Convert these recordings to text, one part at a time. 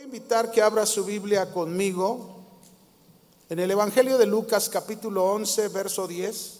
invitar que abra su Biblia conmigo en el Evangelio de Lucas, capítulo 11, verso 10.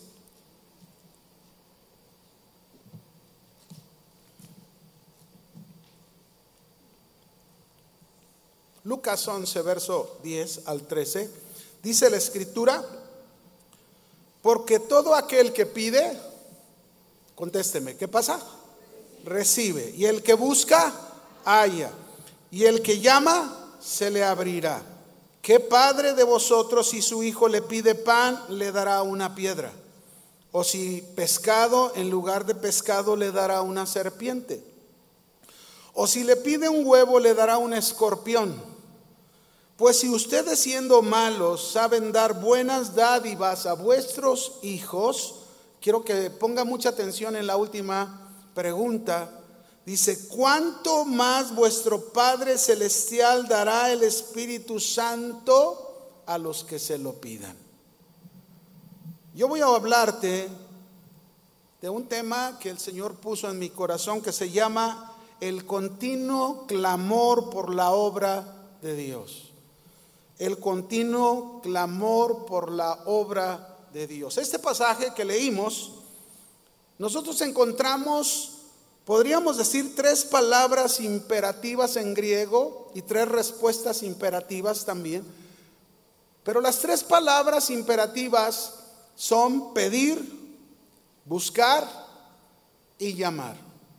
Lucas 11, verso 10 al 13. Dice la Escritura: porque todo aquel que pide, contésteme, ¿qué pasa? Recibe. Y el que busca, halla. Y el que llama, se le abrirá. ¿Qué padre de vosotros, si su hijo le pide pan, le dará una piedra? O si pescado, en lugar de pescado, le dará una serpiente? O si le pide un huevo, le dará un escorpión. Pues si ustedes, siendo malos, saben dar buenas dádivas a vuestros hijos, quiero que ponga mucha atención en la última pregunta. Dice: ¿cuánto más vuestro Padre Celestial dará el Espíritu Santo a los que se lo pidan? Yo voy a hablarte de un tema que el Señor puso en mi corazón, que se llama el continuo clamor por la obra de Dios. El continuo clamor por la obra de Dios. Este pasaje que leímos, nosotros encontramos, podríamos decir, tres palabras imperativas en griego y tres respuestas imperativas también. Pero las tres palabras imperativas son pedir, buscar y llamar.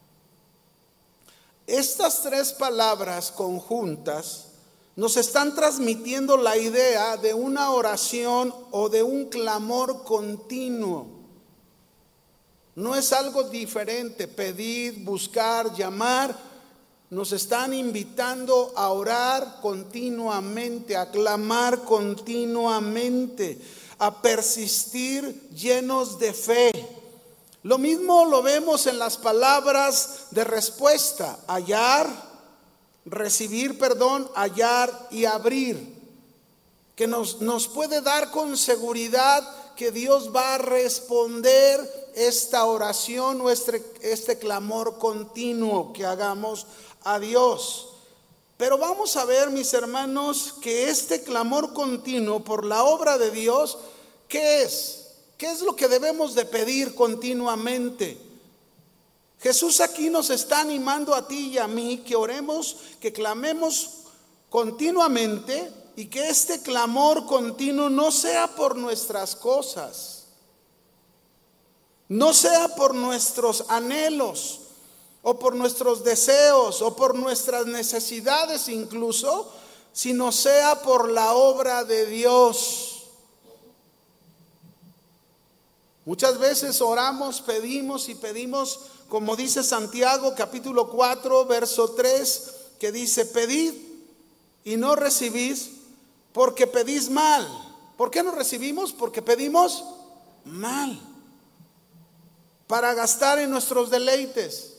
Estas tres palabras conjuntas nos están transmitiendo la idea de una oración o de un clamor continuo. No es algo diferente. Pedir, buscar, llamar, nos están invitando a orar continuamente, a clamar continuamente, a persistir llenos de fe. Lo mismo lo vemos en las palabras de respuesta: hallar y abrir, que nos puede dar con seguridad que Dios va a responder esta oración o este clamor continuo que hagamos a Dios. Pero vamos a ver, mis hermanos, que este clamor continuo por la obra de Dios, ¿qué es? ¿Qué es lo que debemos de pedir continuamente? Jesús aquí nos está animando a ti y a mí que oremos, que clamemos continuamente, y que este clamor continuo no sea por nuestras cosas, no sea por nuestros anhelos o por nuestros deseos o por nuestras necesidades incluso, sino sea por la obra de Dios. Muchas veces oramos, pedimos y pedimos, como dice Santiago capítulo 4 verso 3, que dice: pedid y no recibís, porque pedís mal. ¿Por qué no recibimos? Porque pedimos mal, para gastar en nuestros deleites.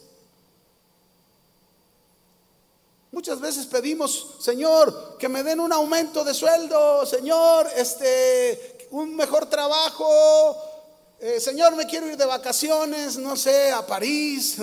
Muchas veces pedimos: Señor, que me den un aumento de sueldo, Señor, un mejor trabajo, Señor, me quiero ir de vacaciones, no sé, a París.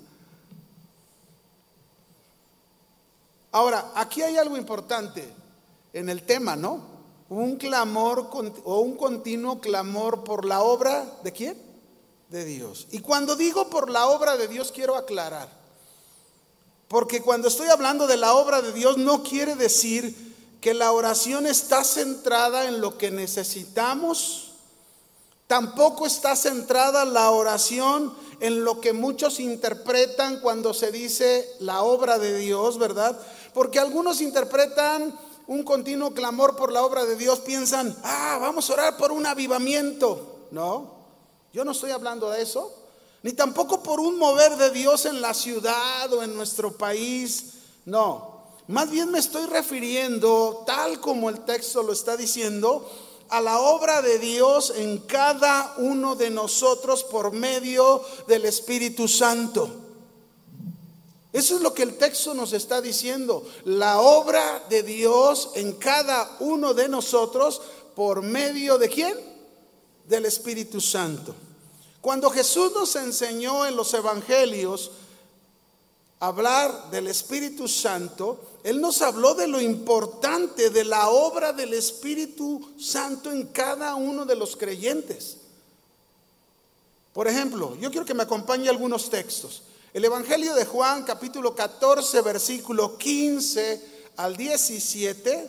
Ahora, aquí hay algo importante en el tema, ¿no? Un clamor o un continuo clamor por la obra ¿de quién? De Dios. Y cuando digo por la obra de Dios, quiero aclarar, porque cuando estoy hablando de la obra de Dios, no quiere decir que la oración está centrada en lo que necesitamos. Tampoco está centrada la oración en lo que muchos interpretan cuando se dice la obra de Dios, ¿verdad? Porque algunos interpretan un continuo clamor por la obra de Dios, piensan: vamos a orar por un avivamiento. No, yo no estoy hablando de eso, ni tampoco por un mover de Dios en la ciudad o en nuestro país. No, más bien me estoy refiriendo, tal como el texto lo está diciendo, a la obra de Dios en cada uno de nosotros por medio del Espíritu Santo. Eso es lo que el texto nos está diciendo: la obra de Dios en cada uno de nosotros por medio ¿de quién? Del Espíritu Santo. Cuando Jesús nos enseñó en los evangelios hablar del Espíritu Santo, Él nos habló de lo importante de la obra del Espíritu Santo en cada uno de los creyentes. Por ejemplo, yo quiero que me acompañe algunos textos. El Evangelio de Juan, capítulo 14, versículo 15 al 17.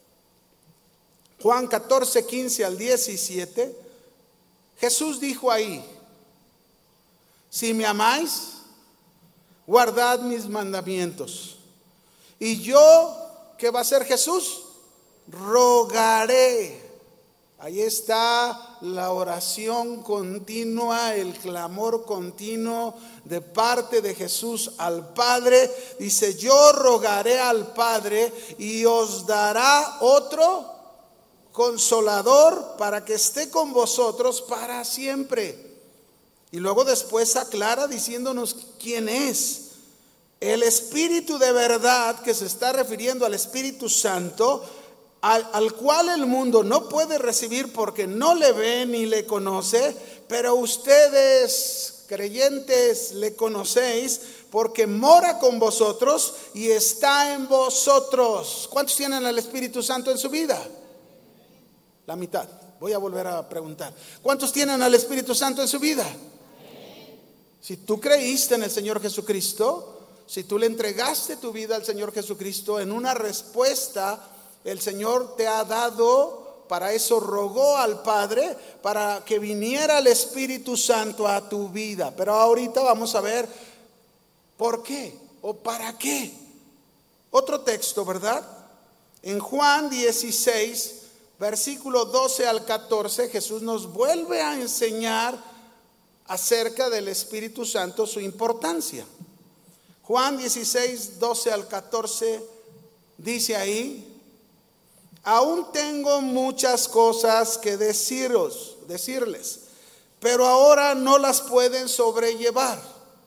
Juan 14, 15 al 17. Jesús dijo ahí: si me amáis, guardad mis mandamientos. Y yo, ¿qué va a hacer Jesús? Rogaré. Ahí está la oración continua, el clamor continuo de parte de Jesús al Padre. Dice: yo rogaré al Padre y os dará otro consolador para que esté con vosotros para siempre. Y luego después aclara diciéndonos quién es. El Espíritu de verdad, que se está refiriendo al Espíritu Santo, al cual el mundo no puede recibir porque no le ve ni le conoce, pero ustedes, creyentes, le conocéis porque mora con vosotros y está en vosotros. ¿Cuántos tienen al Espíritu Santo en su vida? La mitad. Voy a volver a preguntar: ¿cuántos tienen al Espíritu Santo en su vida? Si tú creíste en el Señor Jesucristo, si tú le entregaste tu vida al Señor Jesucristo, en una respuesta el Señor te ha dado, para eso rogó al Padre, para que viniera el Espíritu Santo a tu vida. Pero ahorita vamos a ver por qué o para qué. Otro texto, ¿verdad? En Juan 16, versículo 12 al 14, Jesús nos vuelve a enseñar acerca del Espíritu Santo, su importancia. Juan 16, 12 al 14 dice ahí: aún tengo muchas cosas que decirles, pero ahora no las pueden sobrellevar.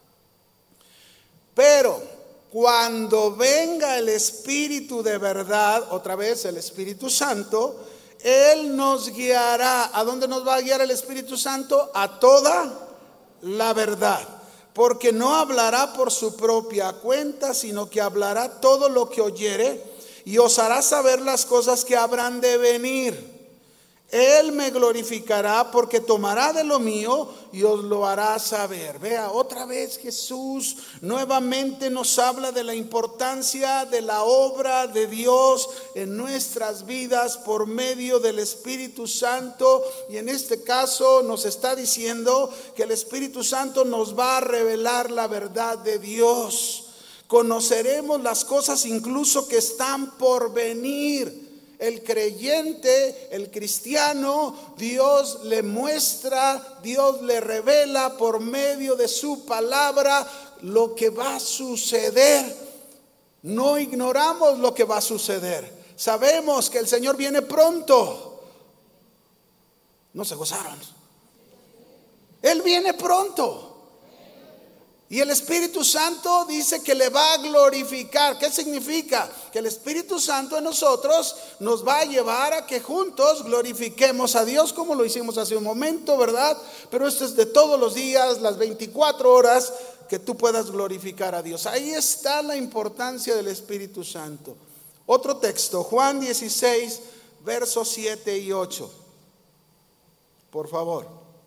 Pero cuando venga el Espíritu de verdad, otra vez el Espíritu Santo, Él nos guiará. ¿A dónde nos va a guiar el Espíritu Santo? A toda la verdad, porque no hablará por su propia cuenta, sino que hablará todo lo que oyere y os hará saber las cosas que habrán de venir. Él me glorificará porque tomará de lo mío y os lo hará saber. Vea, otra vez Jesús nuevamente nos habla de la importancia de la obra de Dios en nuestras vidas por medio del Espíritu Santo. Y en este caso nos está diciendo que el Espíritu Santo nos va a revelar la verdad de Dios. Conoceremos las cosas incluso que están por venir. El creyente, el cristiano, Dios le muestra, Dios le revela por medio de su palabra lo que va a suceder. No ignoramos lo que va a suceder. Sabemos que el Señor viene pronto. No se gozaron. Él viene pronto. Y el Espíritu Santo dice que le va a glorificar. ¿Qué significa? Que el Espíritu Santo en nosotros nos va a llevar a que juntos glorifiquemos a Dios, como lo hicimos hace un momento, ¿verdad? Pero esto es de todos los días, las 24 horas, que tú puedas glorificar a Dios. Ahí está la importancia del Espíritu Santo. Otro texto, Juan 16, versos 7 y 8. Por favor.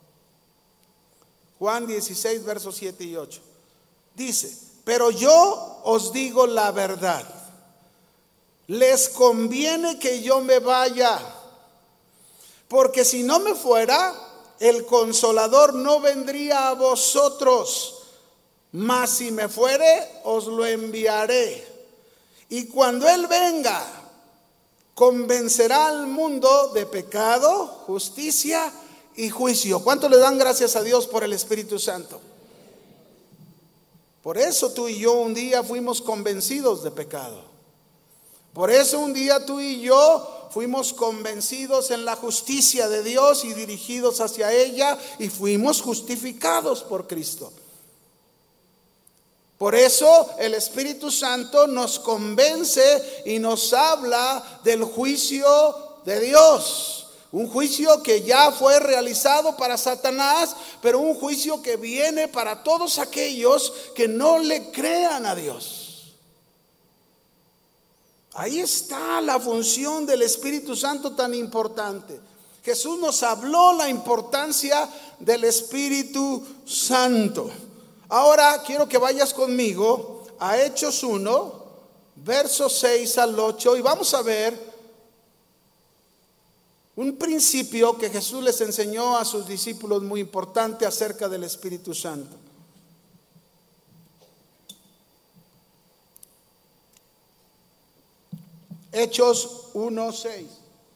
Juan 16, versos 7 y 8. Dice: pero yo os digo la verdad, les conviene que yo me vaya, porque si no me fuera, el Consolador no vendría a vosotros, mas si me fuere, os lo enviaré. Y cuando Él venga, convencerá al mundo de pecado, justicia y juicio. ¿Cuánto le dan gracias a Dios por el Espíritu Santo? Por eso tú y yo un día fuimos convencidos de pecado. Por eso un día tú y yo fuimos convencidos en la justicia de Dios y dirigidos hacia ella, y fuimos justificados por Cristo. Por eso el Espíritu Santo nos convence y nos habla del juicio de Dios. Un juicio que ya fue realizado para Satanás, pero un juicio que viene para todos aquellos que no le crean a Dios. Ahí está la función del Espíritu Santo tan importante. Jesús nos habló la importancia del Espíritu Santo. Ahora quiero que vayas conmigo a Hechos 1, versos 6 al 8, y vamos a ver un principio que Jesús les enseñó a sus discípulos muy importante acerca del Espíritu Santo. Hechos 1:6.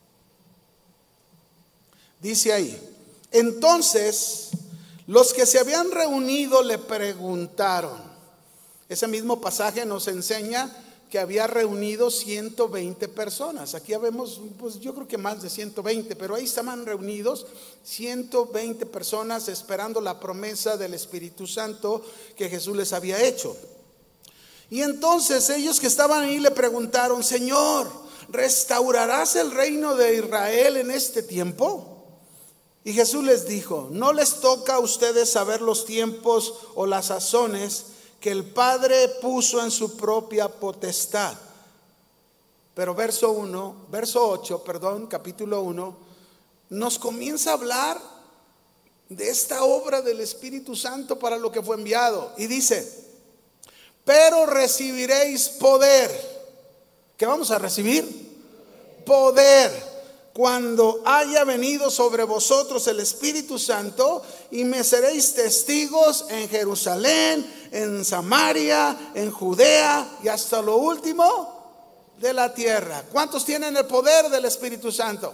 Dice ahí: entonces los que se habían reunido le preguntaron. Ese mismo pasaje nos enseña que había reunido 120 personas. Aquí ya vemos, pues yo creo que más de 120, pero ahí estaban reunidos 120 personas esperando la promesa del Espíritu Santo que Jesús les había hecho. Y entonces ellos que estaban ahí le preguntaron: Señor, ¿restaurarás el reino de Israel en este tiempo? Y Jesús les dijo: no les toca a ustedes saber los tiempos o las sazones que el Padre puso en su propia potestad. Pero verso 8, capítulo 1, nos comienza a hablar de esta obra del Espíritu Santo para lo que fue enviado. Y dice: pero recibiréis poder. ¿Qué vamos a recibir? Poder. Cuando haya venido sobre vosotros el Espíritu Santo, y me seréis testigos en Jerusalén, en Samaria, en Judea y hasta lo último de la tierra. ¿Cuántos tienen el poder del Espíritu Santo?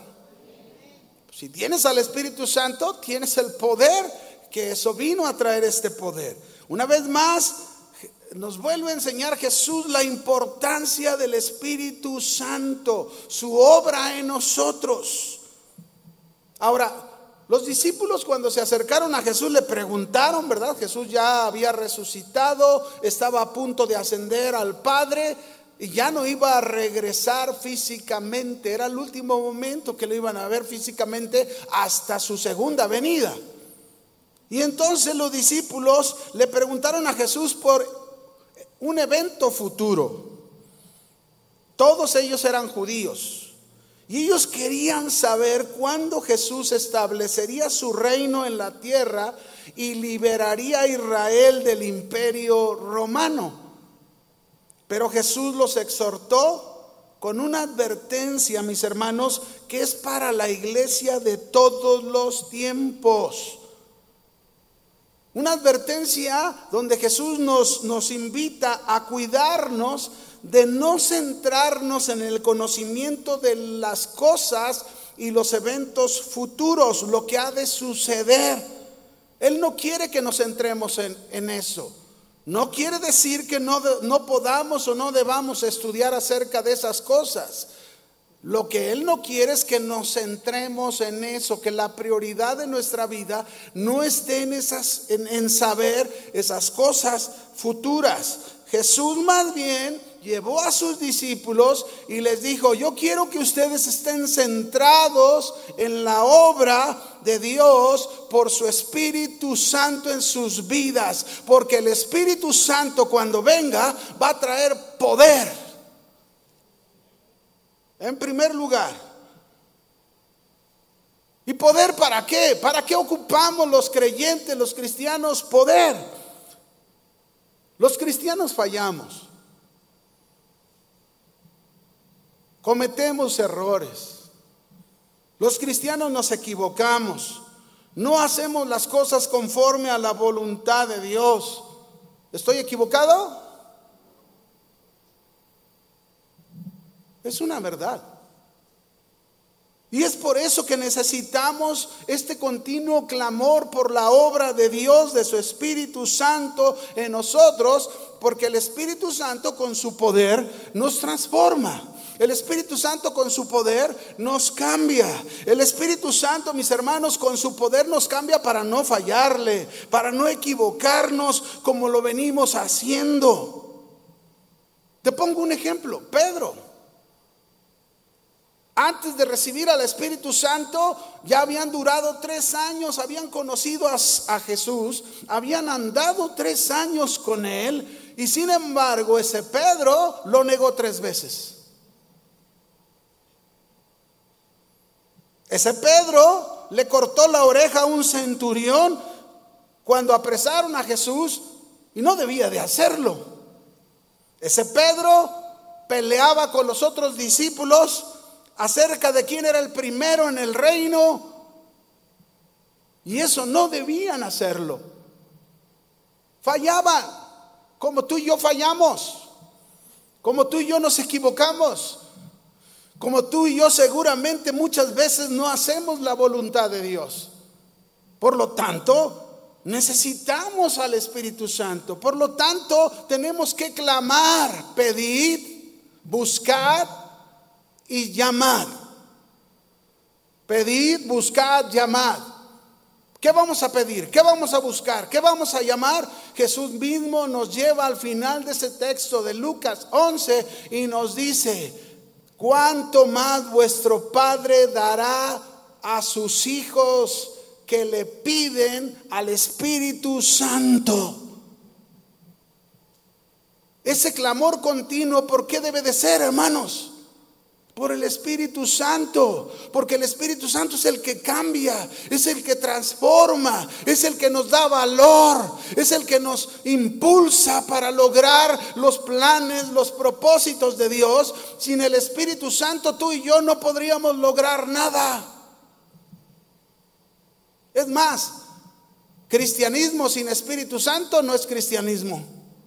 Si tienes al Espíritu Santo, tienes el poder, que eso vino a traer este poder. Una vez más, nos vuelve a enseñar Jesús la importancia del Espíritu Santo, su obra en nosotros. Ahora, los discípulos cuando se acercaron a Jesús le preguntaron, ¿verdad? Jesús ya había resucitado, estaba a punto de ascender al Padre y ya no iba a regresar físicamente. Era el último momento que lo iban a ver físicamente hasta su segunda venida. Y entonces los discípulos le preguntaron a Jesús por un evento futuro. Todos ellos eran judíos y ellos querían saber cuándo Jesús establecería su reino en la tierra y liberaría a Israel del imperio romano. Pero Jesús los exhortó con una advertencia, mis hermanos, que es para la iglesia de todos los tiempos. Una advertencia donde Jesús nos invita a cuidarnos de no centrarnos en el conocimiento de las cosas y los eventos futuros, lo que ha de suceder. Él no quiere que nos centremos en eso. No quiere decir que no podamos o no debamos estudiar acerca de esas cosas. Lo que Él no quiere es que nos centremos en eso, que la prioridad de nuestra vida no esté en saber esas cosas futuras. Jesús más bien llevó a sus discípulos y les dijo: yo quiero que ustedes estén centrados en la obra de Dios por su Espíritu Santo en sus vidas, porque el Espíritu Santo cuando venga va a traer poder. En primer lugar. ¿Y poder para qué? ¿Para qué ocupamos los creyentes, los cristianos, poder? Los cristianos fallamos. Cometemos errores. Los cristianos nos equivocamos. No hacemos las cosas conforme a la voluntad de Dios. ¿Estoy equivocado? Es una verdad. Y es por eso que necesitamos este continuo clamor por la obra de Dios, de su Espíritu Santo en nosotros, porque el Espíritu Santo con su poder nos transforma. El Espíritu Santo con su poder nos cambia. El Espíritu Santo, mis hermanos, con su poder nos cambia para no fallarle, para no equivocarnos como lo venimos haciendo. Te pongo un ejemplo, Pedro. antes de recibir al Espíritu Santo, ya habían durado 3 años, habían conocido a Jesús, habían andado 3 años con Él, y sin embargo ese Pedro lo negó 3 veces. Ese Pedro le cortó la oreja a un centurión cuando apresaron a Jesús y no debía de hacerlo. Ese Pedro peleaba con los otros discípulos acerca de quién era el primero en el reino, y eso no debían hacerlo. Fallaban, como tú y yo fallamos, como tú y yo nos equivocamos, como tú y yo seguramente muchas veces no hacemos la voluntad de Dios. Por lo tanto, necesitamos al Espíritu Santo. Por lo tanto, tenemos que clamar, pedir, buscar y llamar. Pedir, buscar, llamar. ¿Qué vamos a pedir? ¿Qué vamos a buscar? ¿Qué vamos a llamar? Jesús mismo nos lleva al final de ese texto de Lucas 11 y nos dice: ¿cuánto más vuestro Padre dará a sus hijos que le piden al Espíritu Santo? Ese clamor continuo, ¿por qué debe de ser, hermanos? Por el Espíritu Santo, porque el Espíritu Santo es el que cambia, es el que transforma, es el que nos da valor, es el que nos impulsa para lograr los planes, los propósitos de Dios. Sin el Espíritu Santo, tú y yo no podríamos lograr nada. Es más, cristianismo sin Espíritu Santo no es cristianismo.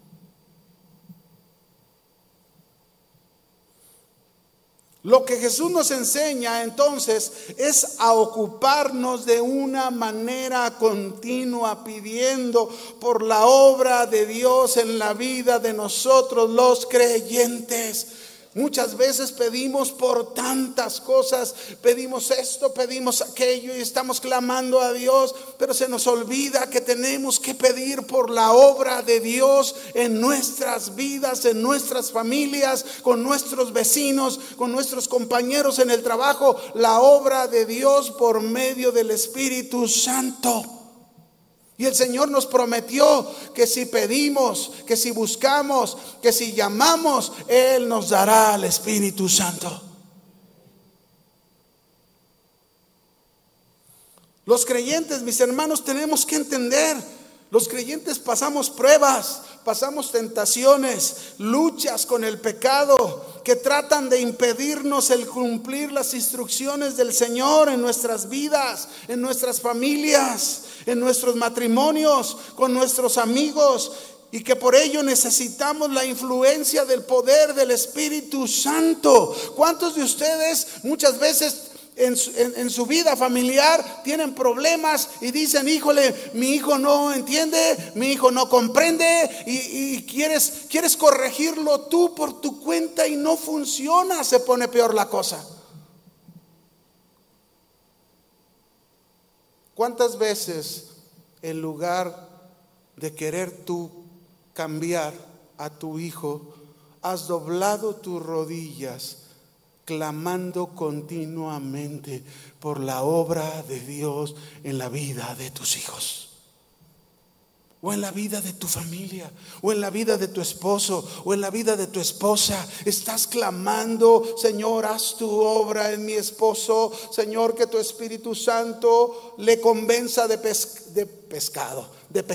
Lo que Jesús nos enseña entonces es a ocuparnos de una manera continua, pidiendo por la obra de Dios en la vida de nosotros los creyentes. Muchas veces pedimos por tantas cosas, pedimos esto, pedimos aquello y estamos clamando a Dios, pero se nos olvida que tenemos que pedir por la obra de Dios en nuestras vidas, en nuestras familias, con nuestros vecinos, con nuestros compañeros en el trabajo, la obra de Dios por medio del Espíritu Santo. Y el Señor nos prometió que si pedimos, que si buscamos, que si llamamos, Él nos dará al Espíritu Santo. Los creyentes, mis hermanos, tenemos que entender, los creyentes pasamos pruebas, pasamos tentaciones, luchas con el pecado que tratan de impedirnos el cumplir las instrucciones del Señor en nuestras vidas, en nuestras familias, en nuestros matrimonios, con nuestros amigos, y que por ello necesitamos la influencia del poder del Espíritu Santo. ¿Cuántos de ustedes muchas veces en su vida familiar tienen problemas y dicen: híjole, mi hijo no entiende, mi hijo no comprende, y quieres corregirlo tú por tu cuenta y no funciona, se pone peor la cosa? ¿Cuántas veces en lugar de querer tú cambiar a tu hijo, has doblado tus rodillas clamando continuamente por la obra de Dios en la vida de tus hijos? O en la vida de tu familia, o en la vida de tu esposo, o en la vida de tu esposa. Estás clamando: Señor, haz tu obra en mi esposo. Señor, que tu Espíritu Santo le convenza de pecado,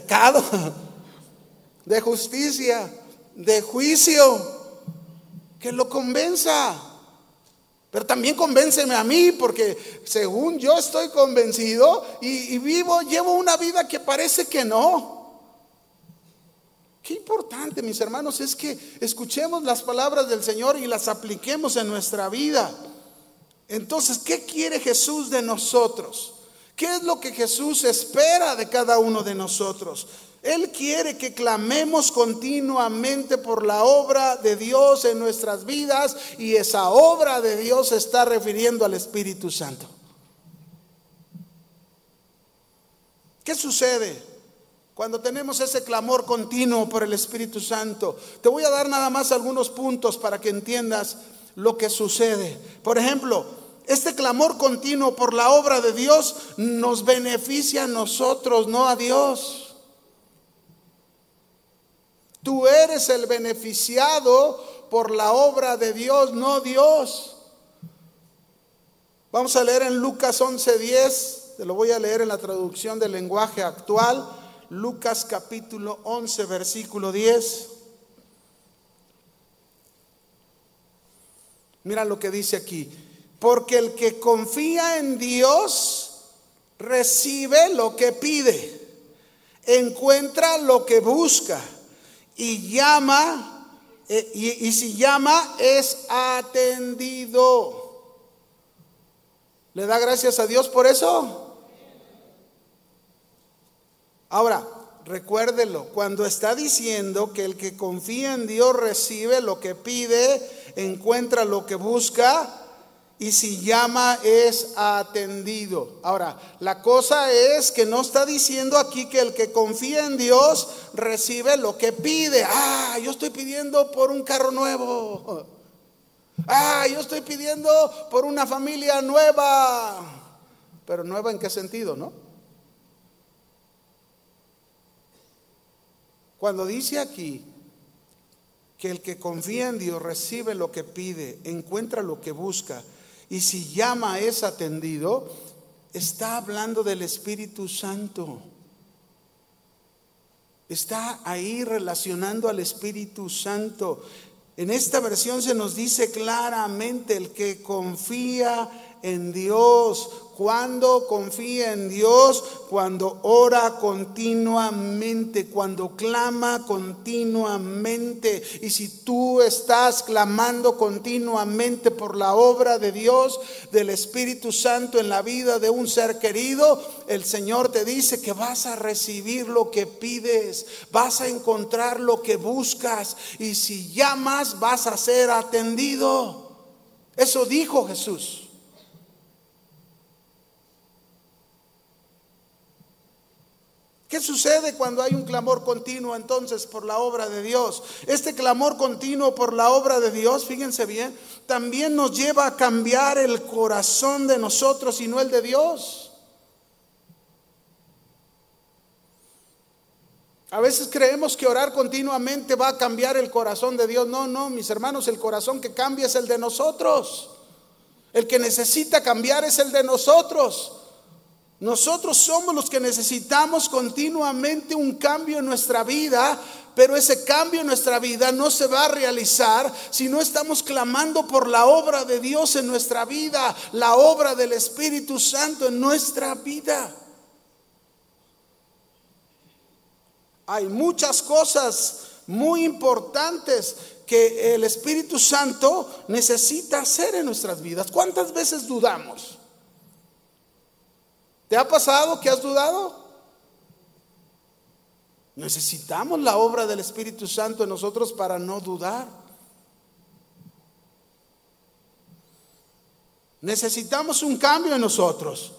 de justicia, de juicio. Que lo convenza. Pero también convénceme a mí, porque según yo estoy convencido y llevo una vida que parece que no. Qué importante, mis hermanos, es que escuchemos las palabras del Señor y las apliquemos en nuestra vida. Entonces, ¿qué quiere Jesús de nosotros? ¿Qué es lo que Jesús espera de cada uno de nosotros? Él quiere que clamemos continuamente por la obra de Dios en nuestras vidas, y esa obra de Dios se está refiriendo al Espíritu Santo. ¿Qué sucede cuando tenemos ese clamor continuo por el Espíritu Santo? Te voy a dar nada más algunos puntos para que entiendas lo que sucede. Por ejemplo, Este clamor continuo por la obra de Dios nos beneficia a nosotros, no a Dios. Tú eres el beneficiado por la obra de Dios, no Dios. Vamos a leer en Lucas 11:10, te lo voy a leer en la traducción del lenguaje actual. Lucas capítulo 11, versículo 10. Mira lo que dice aquí. Porque el que confía en Dios recibe lo que pide, encuentra lo que busca y llama, y si llama es atendido. ¿Le da gracias a Dios por eso? Ahora, recuérdelo, cuando está diciendo que el que confía en Dios recibe lo que pide, encuentra lo que busca y si llama es atendido. Ahora, la cosa es que no está diciendo aquí que el que confía en Dios recibe lo que pide. Yo estoy pidiendo por un carro nuevo. Yo estoy pidiendo por una familia nueva. Pero nueva ¿en qué sentido, no? Cuando dice aquí que el que confía en Dios recibe lo que pide, encuentra lo que busca y si llama es atendido, está hablando del Espíritu Santo. Está ahí relacionando al Espíritu Santo. En esta versión se nos dice claramente el que confía en Dios. Cuando confía en Dios, cuando ora continuamente, cuando clama continuamente. Y si tú estás clamando continuamente por la obra de Dios, del Espíritu Santo en la vida de un ser querido, el Señor te dice que vas a recibir lo que pides, vas a encontrar lo que buscas y si llamas vas a ser atendido. Eso dijo Jesús. ¿Qué sucede cuando hay un clamor continuo entonces por la obra de Dios? Este clamor continuo por la obra de Dios, fíjense bien, también nos lleva a cambiar el corazón de nosotros y no el de Dios. A veces creemos que orar continuamente va a cambiar el corazón de Dios. No, mis hermanos, el corazón que cambia es el de nosotros. El que necesita cambiar es el de nosotros. Nosotros somos los que necesitamos continuamente un cambio en nuestra vida, pero ese cambio en nuestra vida no se va a realizar si no estamos clamando por la obra de Dios en nuestra vida, la obra del Espíritu Santo en nuestra vida. Hay muchas cosas muy importantes que el Espíritu Santo necesita hacer en nuestras vidas. ¿Cuántas veces dudamos? ¿Te ha pasado que has dudado? Necesitamos la obra del Espíritu Santo en nosotros para no dudar. Necesitamos un cambio en nosotros.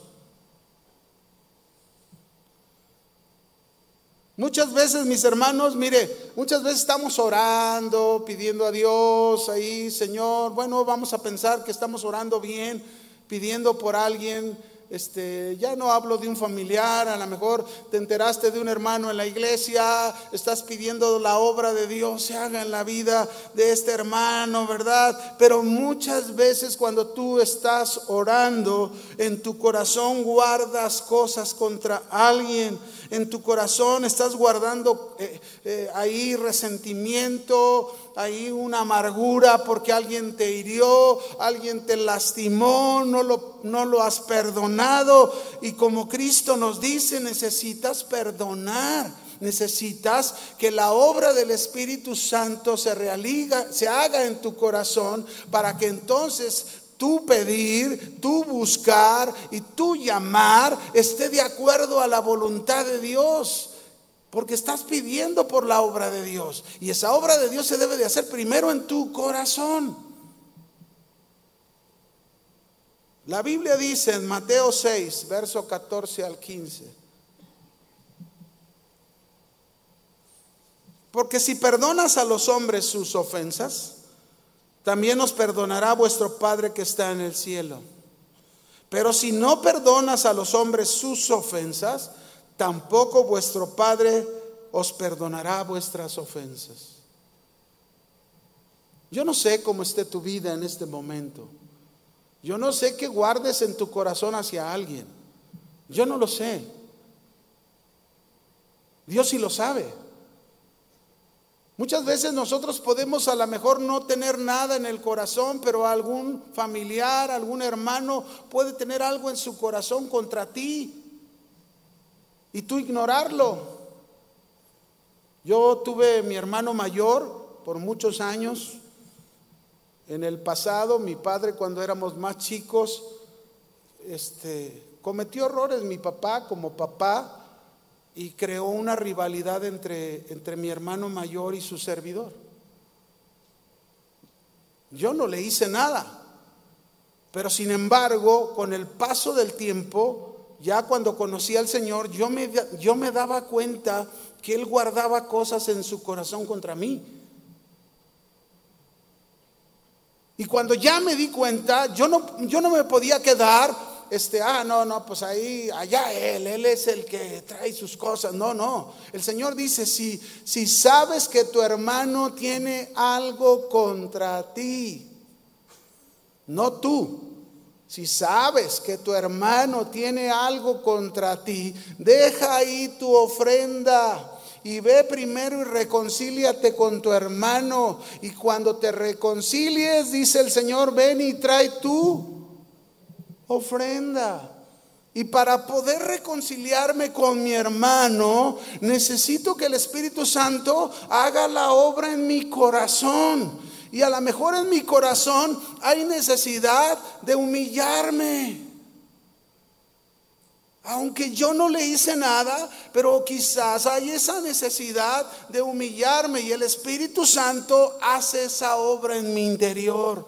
Muchas veces, mis hermanos, mire, muchas veces estamos orando, pidiendo a Dios ahí, Señor, bueno, vamos a pensar que estamos orando bien, pidiendo por alguien. Ya no hablo de un familiar, a lo mejor te enteraste de un hermano en la iglesia, estás pidiendo la obra de Dios se haga en la vida de este hermano, ¿verdad? Pero muchas veces cuando tú estás orando, en tu corazón guardas cosas contra alguien, en tu corazón estás guardando ahí resentimiento, ahí una amargura porque alguien te hirió, alguien te lastimó, no lo has perdonado. Y como Cristo nos dice, necesitas perdonar, necesitas que la obra del Espíritu Santo se haga en tu corazón para que entonces tu pedir, tu buscar y tu llamar esté de acuerdo a la voluntad de Dios. Porque estás pidiendo por la obra de Dios. Y esa obra de Dios se debe de hacer primero en tu corazón. La Biblia dice en Mateo 6, verso 14 al 15. Porque si perdonas a los hombres sus ofensas, también os perdonará vuestro Padre que está en el cielo. Pero si no perdonas a los hombres sus ofensas, tampoco vuestro Padre os perdonará vuestras ofensas. Yo no sé cómo esté tu vida en este momento. Yo no sé qué guardes en tu corazón hacia alguien. Yo no lo sé. Dios sí lo sabe. Muchas veces nosotros podemos a lo mejor no tener nada en el corazón, pero algún familiar, algún hermano puede tener algo en su corazón contra ti y tú ignorarlo. Yo tuve mi hermano mayor por muchos años. En el pasado, mi padre, cuando éramos más chicos, cometió errores mi papá como papá y creó una rivalidad entre mi hermano mayor y su servidor. Yo no le hice nada, pero sin embargo, con el paso del tiempo, ya cuando conocí al Señor, yo me daba cuenta que Él guardaba cosas en su corazón contra mí. Y cuando ya me di cuenta, yo no me podía quedar, pues allá él es el que trae sus cosas. No, el Señor dice, si sabes que tu hermano tiene algo contra ti, no tú, si sabes que tu hermano tiene algo contra ti, deja ahí tu ofrenda y ve primero y reconcíliate con tu hermano. Y cuando te reconcilies, dice el Señor, ven y trae tu ofrenda. Y para poder reconciliarme con mi hermano, necesito que el Espíritu Santo haga la obra en mi corazón. Y a lo mejor en mi corazón hay necesidad de humillarme. Aunque yo no le hice nada, pero quizás hay esa necesidad de humillarme y el Espíritu Santo hace esa obra en mi interior.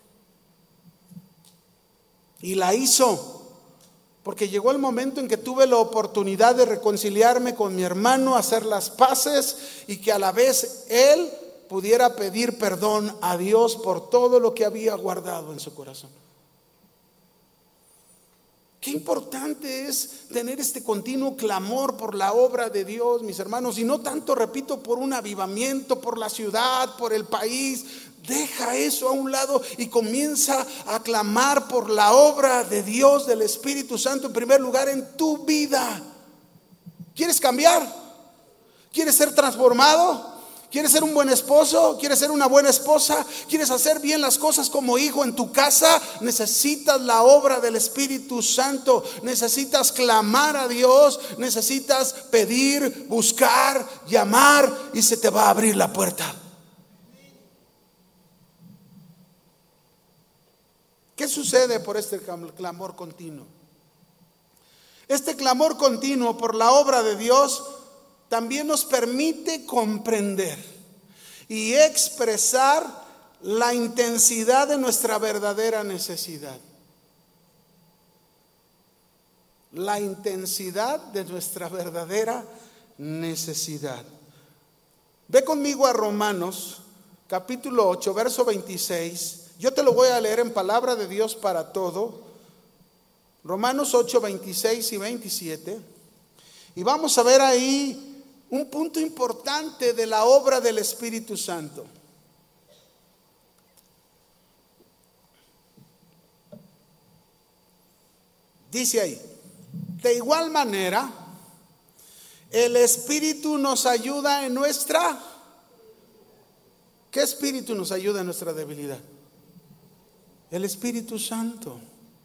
Y la hizo, porque llegó el momento en que tuve la oportunidad de reconciliarme con mi hermano, hacer las paces y que a la vez él pudiera pedir perdón a Dios por todo lo que había guardado en su corazón. Qué importante es tener este continuo clamor por la obra de Dios, mis hermanos, y no tanto, repito, por un avivamiento, por la ciudad, por el país. Deja eso a un lado y comienza a clamar por la obra de Dios, del Espíritu Santo, en primer lugar en tu vida. ¿Quieres cambiar? ¿Quieres ser transformado? ¿Quieres ser un buen esposo? ¿Quieres ser una buena esposa? ¿Quieres hacer bien las cosas como hijo en tu casa? Necesitas la obra del Espíritu Santo. Necesitas clamar a Dios. Necesitas pedir, buscar, llamar y se te va a abrir la puerta. ¿Qué sucede por este clamor continuo? Este clamor continuo por la obra de Dios también nos permite comprender y expresar la intensidad de nuestra verdadera necesidad. La intensidad de nuestra verdadera necesidad. Ve conmigo a Romanos capítulo 8, verso 26. Yo te lo voy a leer en palabra de Dios para todo. Romanos 8, 26 y 27. Y vamos a ver ahí un punto importante de la obra del Espíritu Santo. Dice ahí: de igual manera, el Espíritu nos ayuda en nuestra... ¿Qué Espíritu nos ayuda en nuestra debilidad? El Espíritu Santo.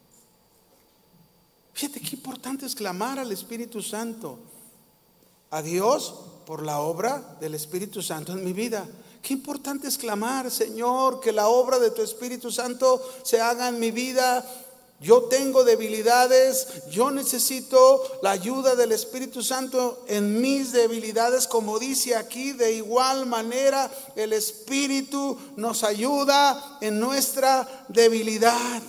Fíjate qué importante es clamar al Espíritu Santo, a Dios por la obra del Espíritu Santo en mi vida. Qué importante es clamar: Señor, que la obra de tu Espíritu Santo se haga en mi vida. Yo tengo debilidades, yo necesito la ayuda del Espíritu Santo en mis debilidades, como dice aquí. De igual manera, el Espíritu nos ayuda en nuestra debilidad.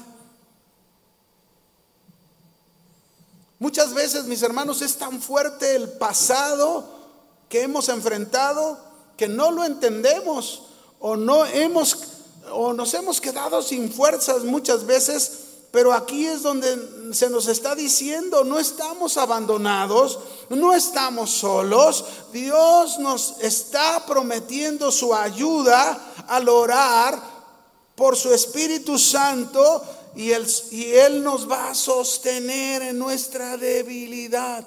Muchas veces, mis hermanos, es tan fuerte el pasado que hemos enfrentado que no lo entendemos o nos hemos quedado sin fuerzas muchas veces. Pero aquí es donde se nos está diciendo, no estamos abandonados, no estamos solos. Dios nos está prometiendo su ayuda al orar por su Espíritu Santo, y Él nos va a sostener en nuestra debilidad.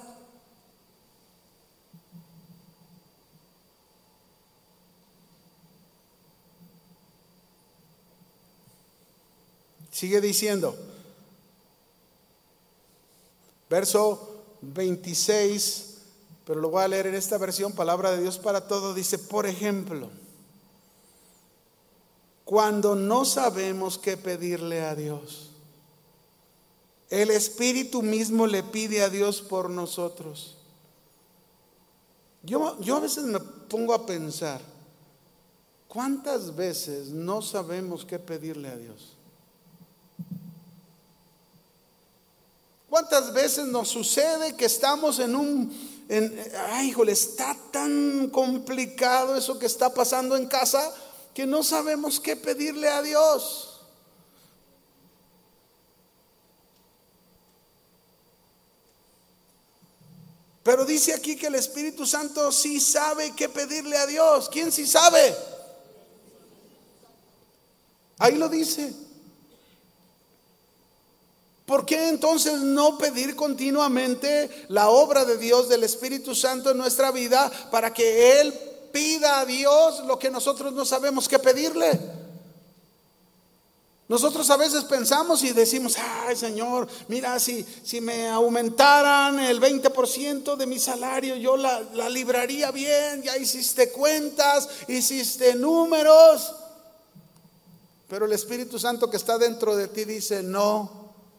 Sigue diciendo, verso 26, pero lo voy a leer en esta versión, Palabra de Dios para Todos. Dice, por ejemplo, cuando no sabemos qué pedirle a Dios, el Espíritu mismo le pide a Dios por nosotros. Yo a veces me pongo a pensar, ¿cuántas veces no sabemos qué pedirle a Dios? ¿Cuántas veces nos sucede que estamos ay, híjole, está tan complicado eso que está pasando en casa, que no sabemos qué pedirle a Dios? Pero dice aquí que el Espíritu Santo sí sabe qué pedirle a Dios. ¿Quién sí sabe? Ahí lo dice. ¿Por qué entonces no pedir continuamente la obra de Dios, del Espíritu Santo en nuestra vida, para que Él pida a Dios lo que nosotros no sabemos qué pedirle? Nosotros a veces pensamos y decimos, ay Señor, mira, si me aumentaran el 20% de mi salario, yo la libraría bien. Ya hiciste cuentas, hiciste números. Pero el Espíritu Santo que está dentro de ti dice, no.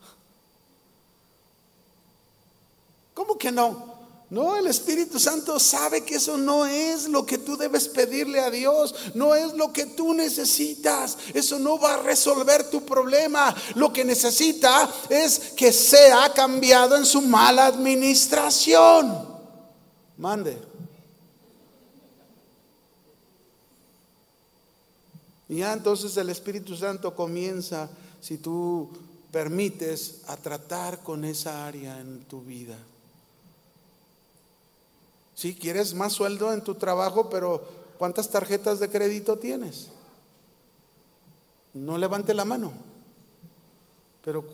¿Cómo que no? No, el Espíritu Santo sabe que eso no es lo que tú debes pedirle a Dios, no es lo que tú necesitas. Eso no va a resolver tu problema. Lo que necesita es que sea cambiado en su mala administración. Mande. Y ya entonces el Espíritu Santo comienza, si tú permites, a tratar con esa área en tu vida. Si quieres más sueldo en tu trabajo, pero ¿cuántas tarjetas de crédito tienes? No levante la mano. Pero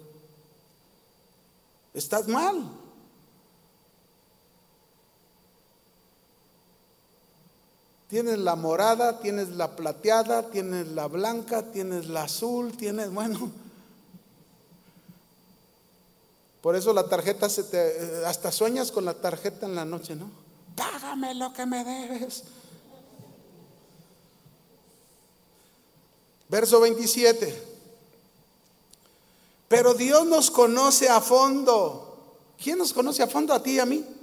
estás mal. Tienes la morada, tienes la plateada, tienes la blanca, tienes la azul, bueno. Por eso la tarjeta hasta sueñas con la tarjeta en la noche, ¿no? Págame lo que me debes. Verso 27. Pero Dios nos conoce a fondo. ¿Quién nos conoce a fondo? ¿A ti y a mí?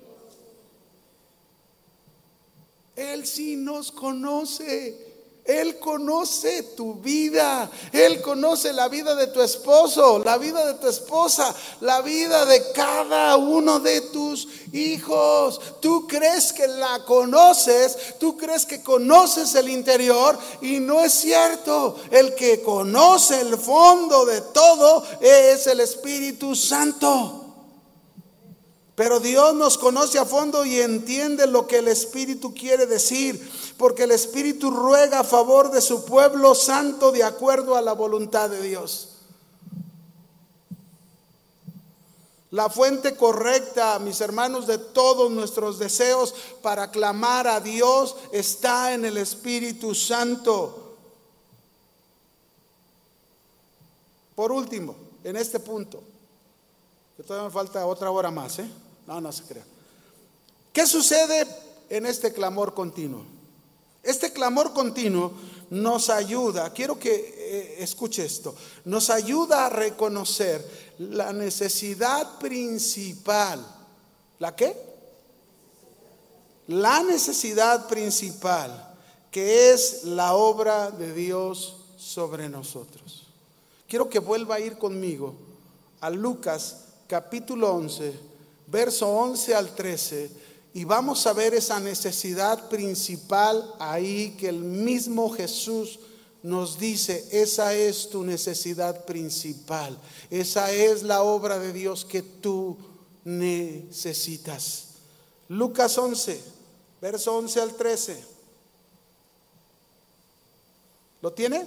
Él sí nos conoce. Él conoce tu vida. Él conoce la vida de tu esposo, la vida de tu esposa, la vida de cada uno de tus hijos. Tú crees que la conoces, tú crees que conoces el interior, y no es cierto. El que conoce el fondo de todo es el Espíritu Santo. Pero Dios nos conoce a fondo y entiende lo que el Espíritu quiere decir, porque el Espíritu ruega a favor de su pueblo santo de acuerdo a la voluntad de Dios. La fuente correcta, mis hermanos, de todos nuestros deseos para clamar a Dios está en el Espíritu Santo. Por último, en este punto, que todavía me falta otra hora más, No se crea. ¿Qué sucede en este clamor continuo? Este clamor continuo nos ayuda, quiero que escuche esto, nos ayuda a reconocer la necesidad principal. ¿La qué? La necesidad principal, que es la obra de Dios sobre nosotros. Quiero que vuelva a ir conmigo a Lucas capítulo 11, verso 11 al 13, y vamos a ver esa necesidad principal ahí que el mismo Jesús nos dice, esa es tu necesidad principal. Esa es la obra de Dios que tú necesitas. Lucas 11, verso 11 al 13. ¿Lo tiene?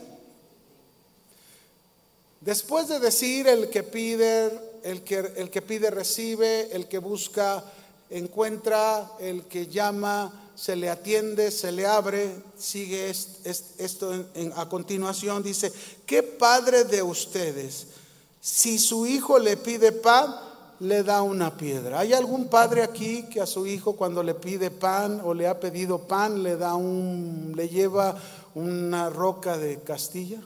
Después de decir el que pide recibe, el que busca encuentra, el que llama se le atiende, se le abre. Sigue esto a continuación. Dice: ¿qué padre de ustedes, si su hijo le pide pan, le da una piedra? ¿Hay algún padre aquí que a su hijo, cuando le pide pan o le ha pedido pan, le lleva una roca de Castilla?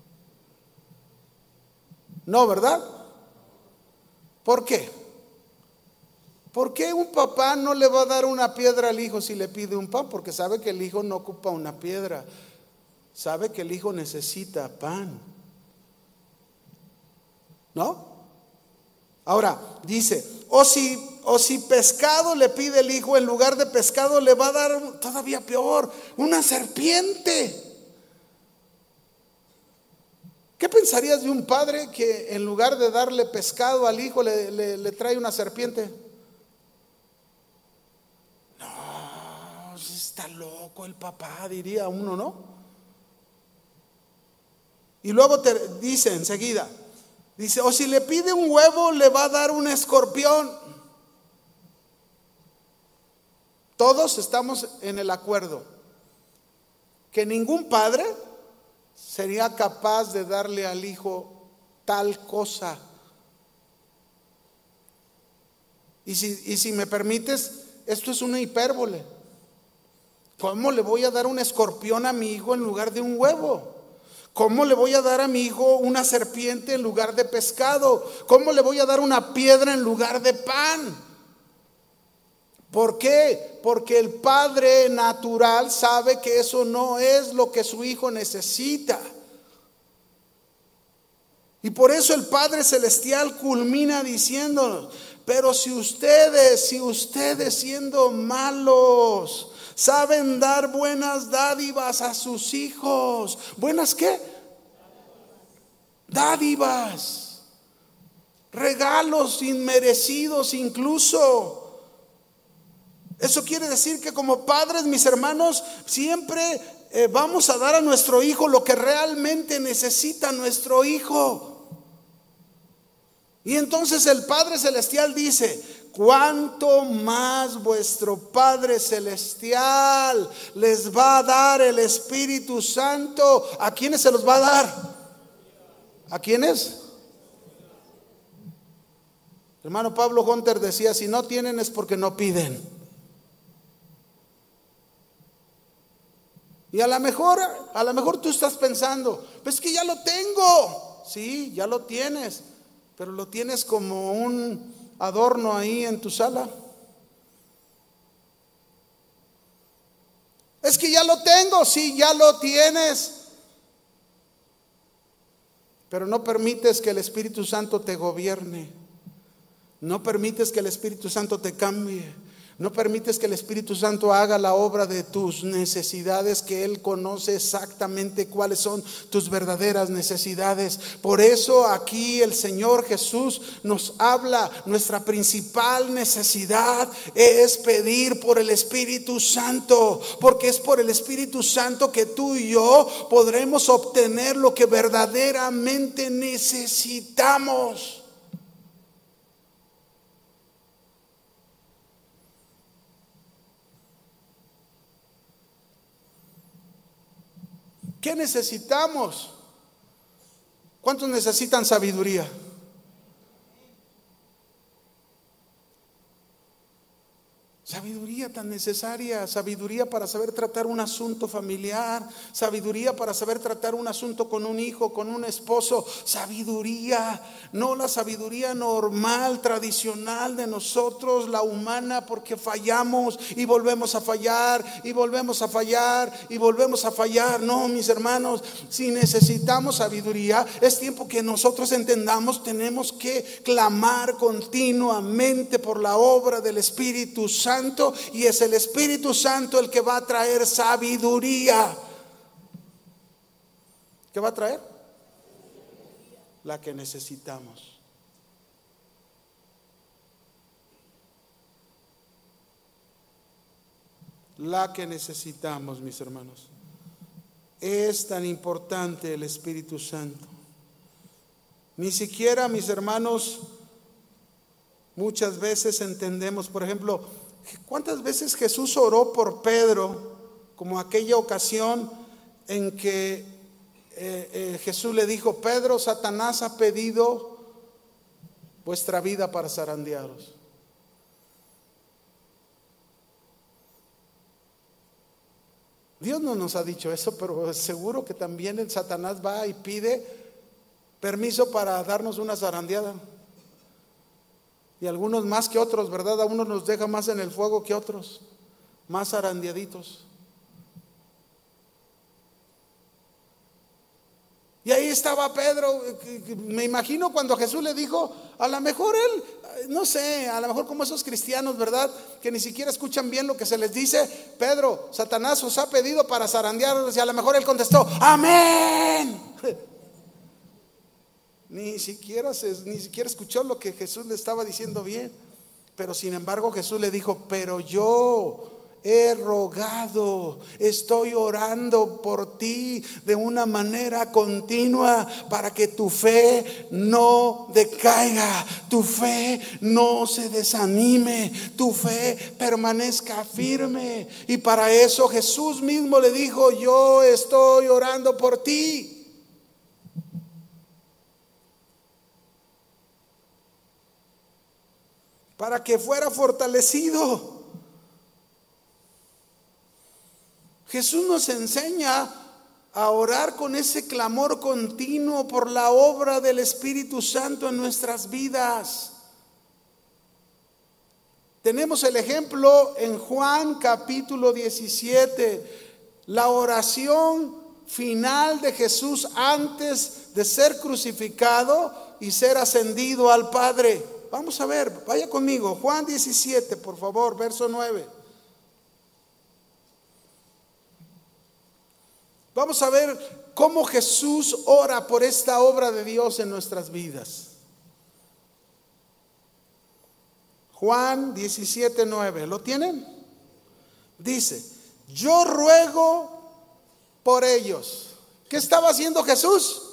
No, ¿verdad? ¿Por qué? ¿Por qué un papá no le va a dar una piedra al hijo si le pide un pan? Porque sabe que el hijo no ocupa una piedra, sabe que el hijo necesita pan, ¿no? Ahora dice, o si pescado le pide el hijo, en lugar de pescado le va a dar todavía peor, una serpiente. ¿Qué pensarías de un padre que en lugar de darle pescado al hijo le trae una serpiente? No, está loco el papá, diría uno, ¿no? Y luego te dice enseguida, dice, o si le pide un huevo, le va a dar un escorpión. Todos estamos en el acuerdo que ningún padre sería capaz de darle al hijo tal cosa. Y si me permites, esto es una hipérbole. ¿Cómo le voy a dar un escorpión a mi hijo en lugar de un huevo? ¿Cómo le voy a dar a mi hijo una serpiente en lugar de pescado? ¿Cómo le voy a dar una piedra en lugar de pan? ¿Por qué? Porque el padre natural sabe que eso no es lo que su hijo necesita. Y por eso el Padre Celestial culmina diciéndonos: pero si ustedes siendo malos saben dar buenas dádivas a sus hijos. ¿Buenas qué? Dádivas, regalos inmerecidos incluso. Eso quiere decir que como padres, mis hermanos, siempre vamos a dar a nuestro hijo lo que realmente necesita nuestro hijo. Y entonces el Padre Celestial dice: cuánto más vuestro Padre Celestial les va a dar el Espíritu Santo. ¿A quiénes se los va a dar? ¿A quiénes? Hermano Pablo Hunter decía: si no tienen es porque no piden. Y a lo mejor tú estás pensando: pues que ya lo tengo. Sí, ya lo tienes, pero lo tienes como un adorno ahí en tu sala. Es que ya lo tengo. Sí, ya lo tienes, pero no permites que el Espíritu Santo te gobierne. No permites que el Espíritu Santo te cambie. No permites que el Espíritu Santo haga la obra de tus necesidades, que Él conoce exactamente cuáles son tus verdaderas necesidades. Por eso aquí el Señor Jesús nos habla: nuestra principal necesidad es pedir por el Espíritu Santo, porque es por el Espíritu Santo que tú y yo podremos obtener lo que verdaderamente necesitamos. ¿Qué necesitamos? ¿Cuántos necesitan sabiduría? Sabiduría tan necesaria, sabiduría para saber tratar un asunto familiar, sabiduría para saber tratar un asunto con un hijo, con un esposo, sabiduría, no la sabiduría normal, tradicional de nosotros, la humana, porque fallamos y volvemos a fallar y volvemos a fallar y volvemos a fallar. No, mis hermanos, si necesitamos sabiduría, es tiempo que nosotros entendamos, tenemos que clamar continuamente por la obra del Espíritu Santo. Y es el Espíritu Santo el que va a traer sabiduría. ¿Qué va a traer? La que necesitamos. La que necesitamos, mis hermanos. Es tan importante el Espíritu Santo. Ni siquiera, mis hermanos, muchas veces entendemos, por ejemplo, ¿cuántas veces Jesús oró por Pedro? Como aquella ocasión en que Jesús le dijo: Pedro, Satanás ha pedido vuestra vida para zarandearos. Dios no nos ha dicho eso, pero seguro que también el Satanás va y pide permiso para darnos una zarandeada. Y algunos más que otros, ¿verdad? A unos nos deja más en el fuego que otros, más zarandeaditos. Y ahí estaba Pedro. Me imagino cuando Jesús le dijo, a lo mejor él, no sé, a lo mejor como esos cristianos, ¿verdad? Que ni siquiera escuchan bien lo que se les dice. Pedro, Satanás os ha pedido para zarandearlos. Y a lo mejor él contestó, amén. Ni siquiera escuchó lo que Jesús le estaba diciendo bien. Pero sin embargo Jesús le dijo, pero yo he rogado, estoy orando por ti de una manera continua para que tu fe no decaiga, tu fe no se desanime, tu fe permanezca firme. Y para eso Jesús mismo le dijo, yo estoy orando por ti. Para que fuera fortalecido. Jesús nos enseña a orar con ese clamor continuo por la obra del Espíritu Santo en nuestras vidas. Tenemos el ejemplo en Juan capítulo 17, la oración final de Jesús antes de ser crucificado y ser ascendido al Padre. Vamos a ver, vaya conmigo, Juan 17, por favor, verso 9. Vamos a ver cómo Jesús ora por esta obra de Dios en nuestras vidas. Juan 17, 9, ¿lo tienen? Dice, yo ruego por ellos. ¿Qué estaba haciendo Jesús?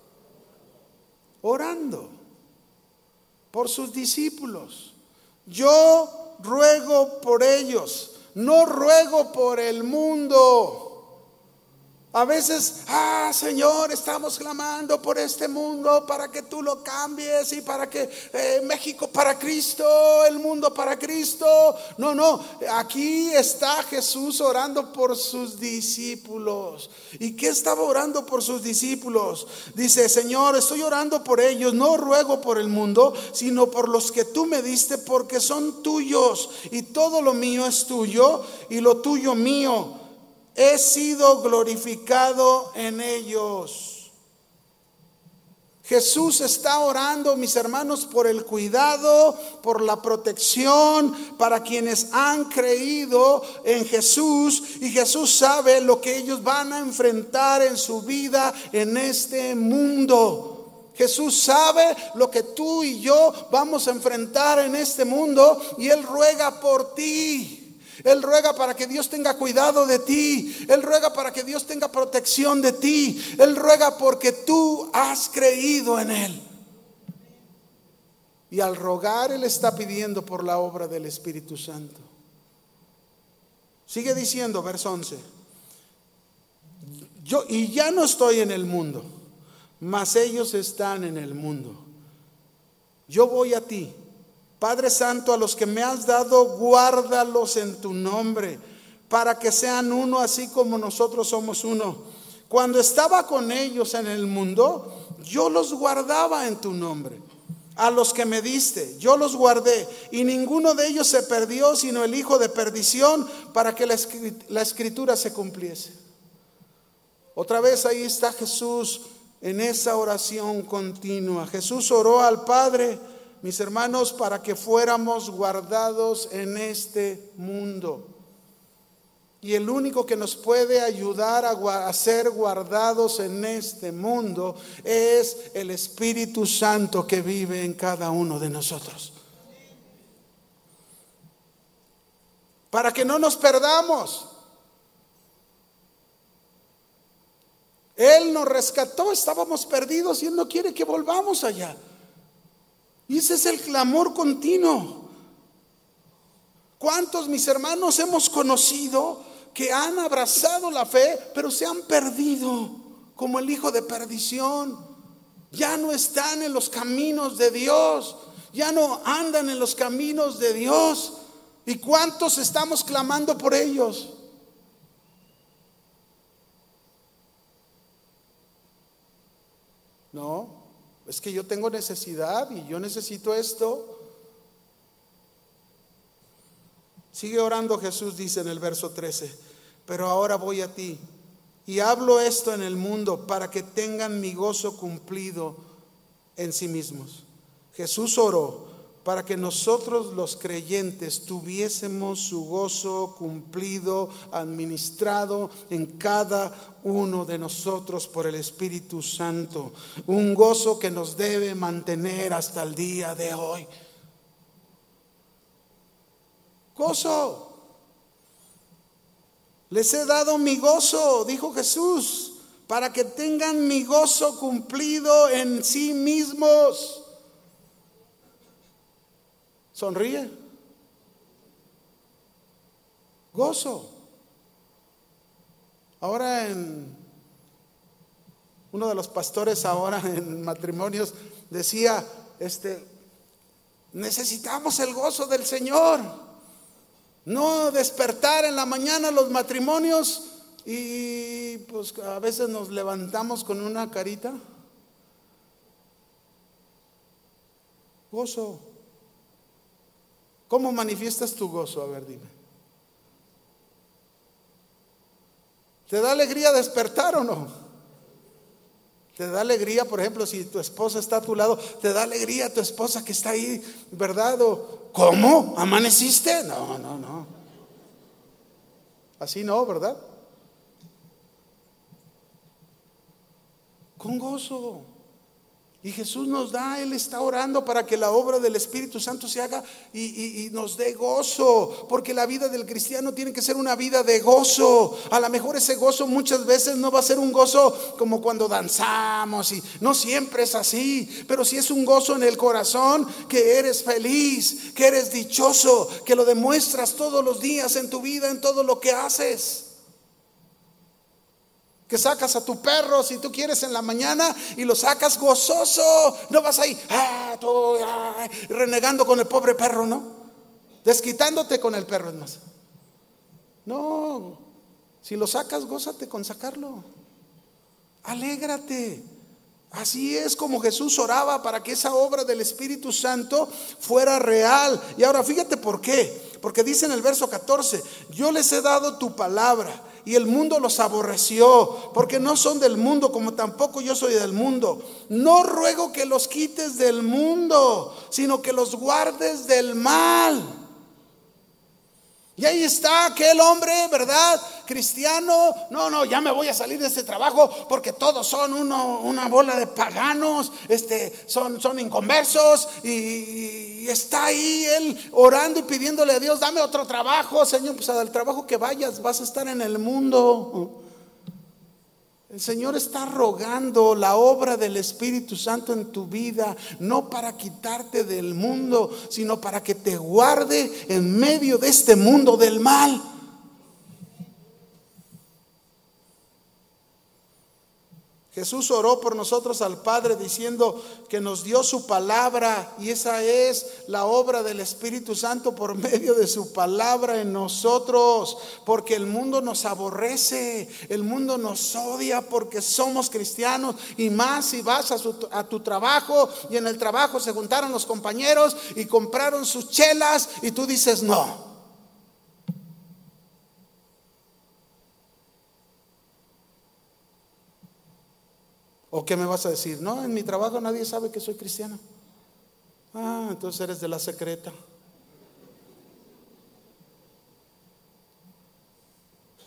Orando por sus discípulos. Yo ruego por ellos, no ruego por el mundo. A veces, Señor, estamos clamando por este mundo para que tú lo cambies y para que México para Cristo, el mundo para Cristo. No, aquí está Jesús orando por sus discípulos. ¿Y qué estaba orando por sus discípulos? Dice, Señor, estoy orando por ellos, no ruego por el mundo, sino por los que tú me diste, porque son tuyos y todo lo mío es tuyo y lo tuyo mío. He sido glorificado en ellos. Jesús está orando, mis hermanos, por el cuidado, por la protección para quienes han creído en Jesús. Y Jesús sabe lo que ellos van a enfrentar en su vida en este mundo. Jesús sabe lo que tú y yo vamos a enfrentar en este mundo y Él ruega por ti. Él ruega para que Dios tenga cuidado de ti. Él ruega para que Dios tenga protección de ti. Él ruega porque tú has creído en Él. Y al rogar, Él está pidiendo por la obra del Espíritu Santo. Sigue diciendo, verso 11. Yo ya no estoy en el mundo, mas ellos están en el mundo. Yo voy a ti. Padre Santo, a los que me has dado, guárdalos en tu nombre, para que sean uno así como nosotros somos uno. Cuando estaba con ellos en el mundo, yo los guardaba en tu nombre. A los que me diste, yo los guardé, y ninguno de ellos se perdió, sino el hijo de perdición, para que la escritura se cumpliese. Otra vez ahí está Jesús en esa oración continua. Jesús oró al Padre, mis hermanos, para que fuéramos guardados en este mundo. Y el único que nos puede ayudar a ser guardados en este mundo es el Espíritu Santo que vive en cada uno de nosotros. Para que no nos perdamos. Él nos rescató, estábamos perdidos y Él no quiere que volvamos allá. Y ese es el clamor continuo. ¿Cuántos, mis hermanos, hemos conocido que han abrazado la fe, pero se han perdido como el hijo de perdición? Ya no están en los caminos de Dios, ya no andan en los caminos de Dios. ¿Y cuántos estamos clamando por ellos? No, es que yo tengo necesidad y yo necesito esto. Sigue orando Jesús, dice en el verso 13, pero ahora voy a ti y hablo esto en el mundo para que tengan mi gozo cumplido en sí mismos. Jesús oró para que nosotros los creyentes tuviésemos su gozo cumplido, administrado en cada uno de nosotros por el Espíritu Santo. Un gozo que nos debe mantener hasta el día de hoy. Gozo. Les he dado mi gozo, dijo Jesús, para que tengan mi gozo cumplido en sí mismos. Sonríe. Gozo. Ahora uno de los pastores ahora en matrimonios decía, necesitamos el gozo del Señor. No despertar en la mañana los matrimonios y pues a veces nos levantamos con una carita. Gozo. ¿Cómo manifiestas tu gozo? A ver, dime. ¿Te da alegría despertar o no? ¿Te da alegría, por ejemplo, si tu esposa está a tu lado? ¿Te da alegría tu esposa que está ahí, verdad? ¿Cómo? ¿Amaneciste? No. Así no, ¿verdad? Con gozo. Y Jesús nos da, Él está orando para que la obra del Espíritu Santo se haga y nos dé gozo, porque la vida del cristiano tiene que ser una vida de gozo. A lo mejor ese gozo muchas veces no va a ser un gozo como cuando danzamos, y no siempre es así, pero sí es un gozo en el corazón, que eres feliz, que eres dichoso, que lo demuestras todos los días en tu vida, en todo lo que haces. Que sacas a tu perro, si tú quieres, en la mañana y lo sacas gozoso. No vas ahí renegando con el pobre perro, ¿no? Desquitándote con el perro, es más. No, si lo sacas, gózate con sacarlo. Alégrate. Así es como Jesús oraba para que esa obra del Espíritu Santo fuera real. Y ahora fíjate por qué. Porque dice en el verso 14, yo les he dado tu palabra y el mundo los aborreció, porque no son del mundo, como tampoco yo soy del mundo. No ruego que los quites del mundo, sino que los guardes del mal. Y ahí está aquel hombre, ¿verdad? Cristiano. No, ya me voy a salir de este trabajo porque todos son una bola de paganos, son inconversos. Y está ahí él orando y pidiéndole a Dios, dame otro trabajo, Señor. Pues al trabajo que vayas vas a estar en el mundo. El Señor está rogando la obra del Espíritu Santo en tu vida, no para quitarte del mundo, sino para que te guarde en medio de este mundo del mal. Jesús oró por nosotros al Padre diciendo que nos dio su palabra, y esa es la obra del Espíritu Santo por medio de su palabra en nosotros, porque el mundo nos aborrece, el mundo nos odia porque somos cristianos, y más si vas a tu trabajo y en el trabajo se juntaron los compañeros y compraron sus chelas y tú dices no. ¿O qué me vas a decir? No, en mi trabajo nadie sabe que soy cristiano. Ah, entonces eres de la secreta.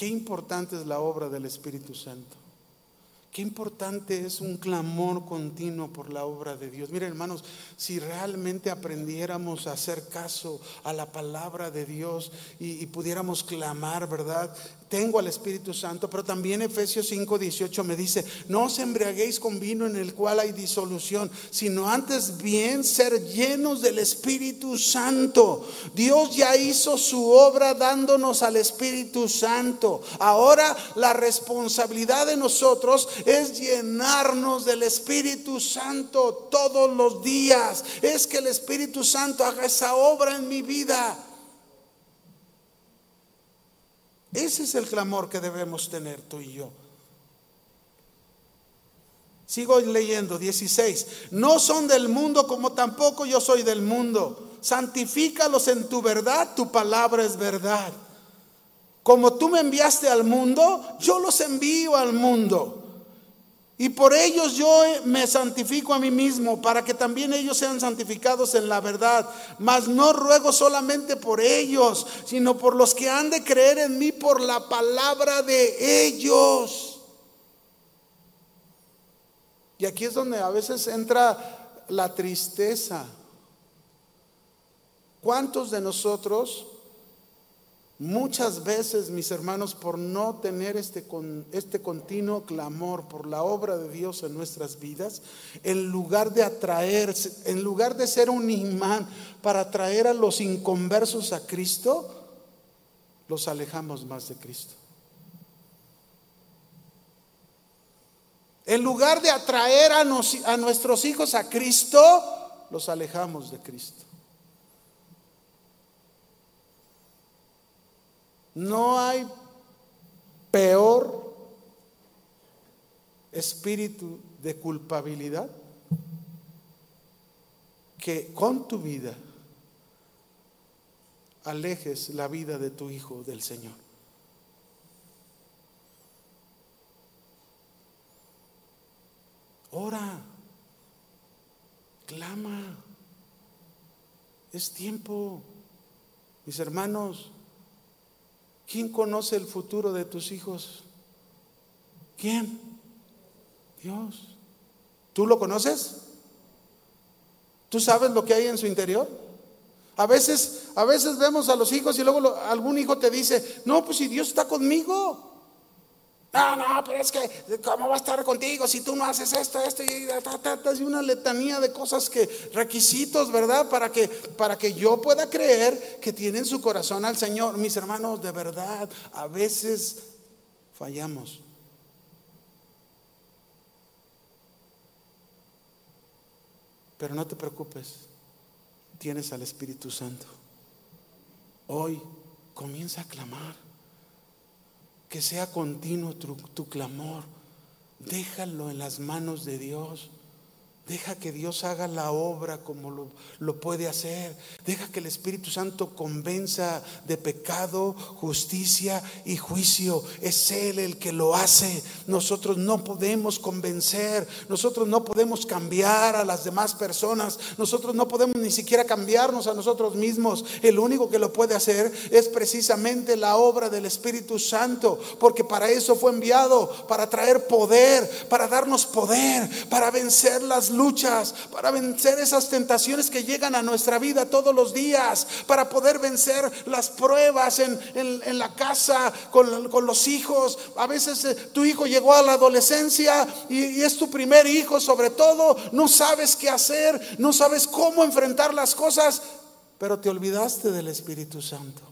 Qué importante es la obra del Espíritu Santo. Qué importante es un clamor continuo por la obra de Dios. Miren, hermanos, si realmente aprendiéramos a hacer caso a la palabra de Dios y pudiéramos clamar, ¿verdad? Tengo al Espíritu Santo, pero también Efesios 5:18 me dice: no os embriaguéis con vino en el cual hay disolución, sino antes bien ser llenos del Espíritu Santo. Dios ya hizo su obra dándonos al Espíritu Santo. Ahora la responsabilidad de nosotros es llenarnos del Espíritu Santo todos los días. Es que el Espíritu Santo haga esa obra en mi vida. Ese es el clamor que debemos tener tú y yo. Sigo leyendo, 16. No son del mundo, como tampoco yo soy del mundo. Santifícalos en tu verdad, tu palabra es verdad. Como tú me enviaste al mundo, yo los envío al mundo. Y por ellos yo me santifico a mí mismo, para que también ellos sean santificados en la verdad. Mas no ruego solamente por ellos, sino por los que han de creer en mí por la palabra de ellos. Y aquí es donde a veces entra la tristeza. ¿Cuántos de nosotros, muchas veces, mis hermanos, por no tener este continuo clamor por la obra de Dios en nuestras vidas, en lugar de atraer, en lugar de ser un imán para atraer a los inconversos a Cristo, los alejamos más de Cristo? En lugar de atraer a nuestros hijos a Cristo, los alejamos de Cristo. No hay peor espíritu de culpabilidad que con tu vida alejes la vida de tu hijo del Señor. Ora, clama, es tiempo. Mis hermanos, ¿quién conoce el futuro de tus hijos? ¿Quién? Dios. ¿Tú lo conoces? ¿Tú sabes lo que hay en su interior? A veces vemos a los hijos y luego algún hijo te dice: no, pues si Dios está conmigo. No, pero es que ¿cómo va a estar contigo si tú no haces esto y una letanía de cosas, requisitos, ¿verdad? Para que yo pueda creer que tienen su corazón al Señor. Mis hermanos, de verdad, a veces fallamos. Pero no te preocupes, tienes al Espíritu Santo. Hoy comienza a clamar. Que sea continuo tu clamor. Déjalo en las manos de Dios. Deja que Dios haga la obra como lo puede hacer. Deja que el Espíritu Santo convenza de pecado, justicia y juicio. Es Él el que lo hace. Nosotros no podemos convencer. Nosotros no podemos cambiar a las demás personas. Nosotros no podemos ni siquiera cambiarnos a nosotros mismos. El único que lo puede hacer es precisamente la obra del Espíritu Santo. Porque para eso fue enviado, para traer poder, para darnos poder, para vencer las luchas, para vencer esas tentaciones que llegan a nuestra vida todos los días, para poder vencer las pruebas en la casa, con los hijos. A veces tu hijo llegó a la adolescencia y es tu primer hijo, sobre todo, no sabes qué hacer, no sabes cómo enfrentar las cosas, pero te olvidaste del Espíritu Santo.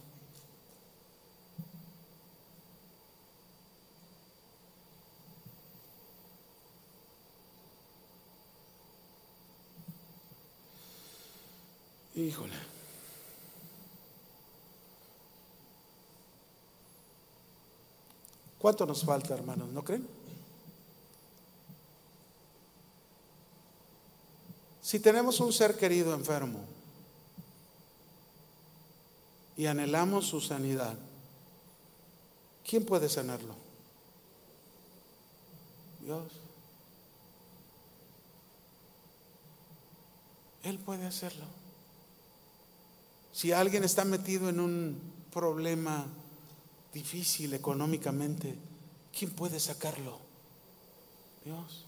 Híjole. ¿Cuánto nos falta, hermanos? ¿No creen? Si tenemos un ser querido enfermo y anhelamos su sanidad, ¿quién puede sanarlo? Dios. Él puede hacerlo. Si alguien está metido en un problema difícil económicamente, ¿quién puede sacarlo? Dios.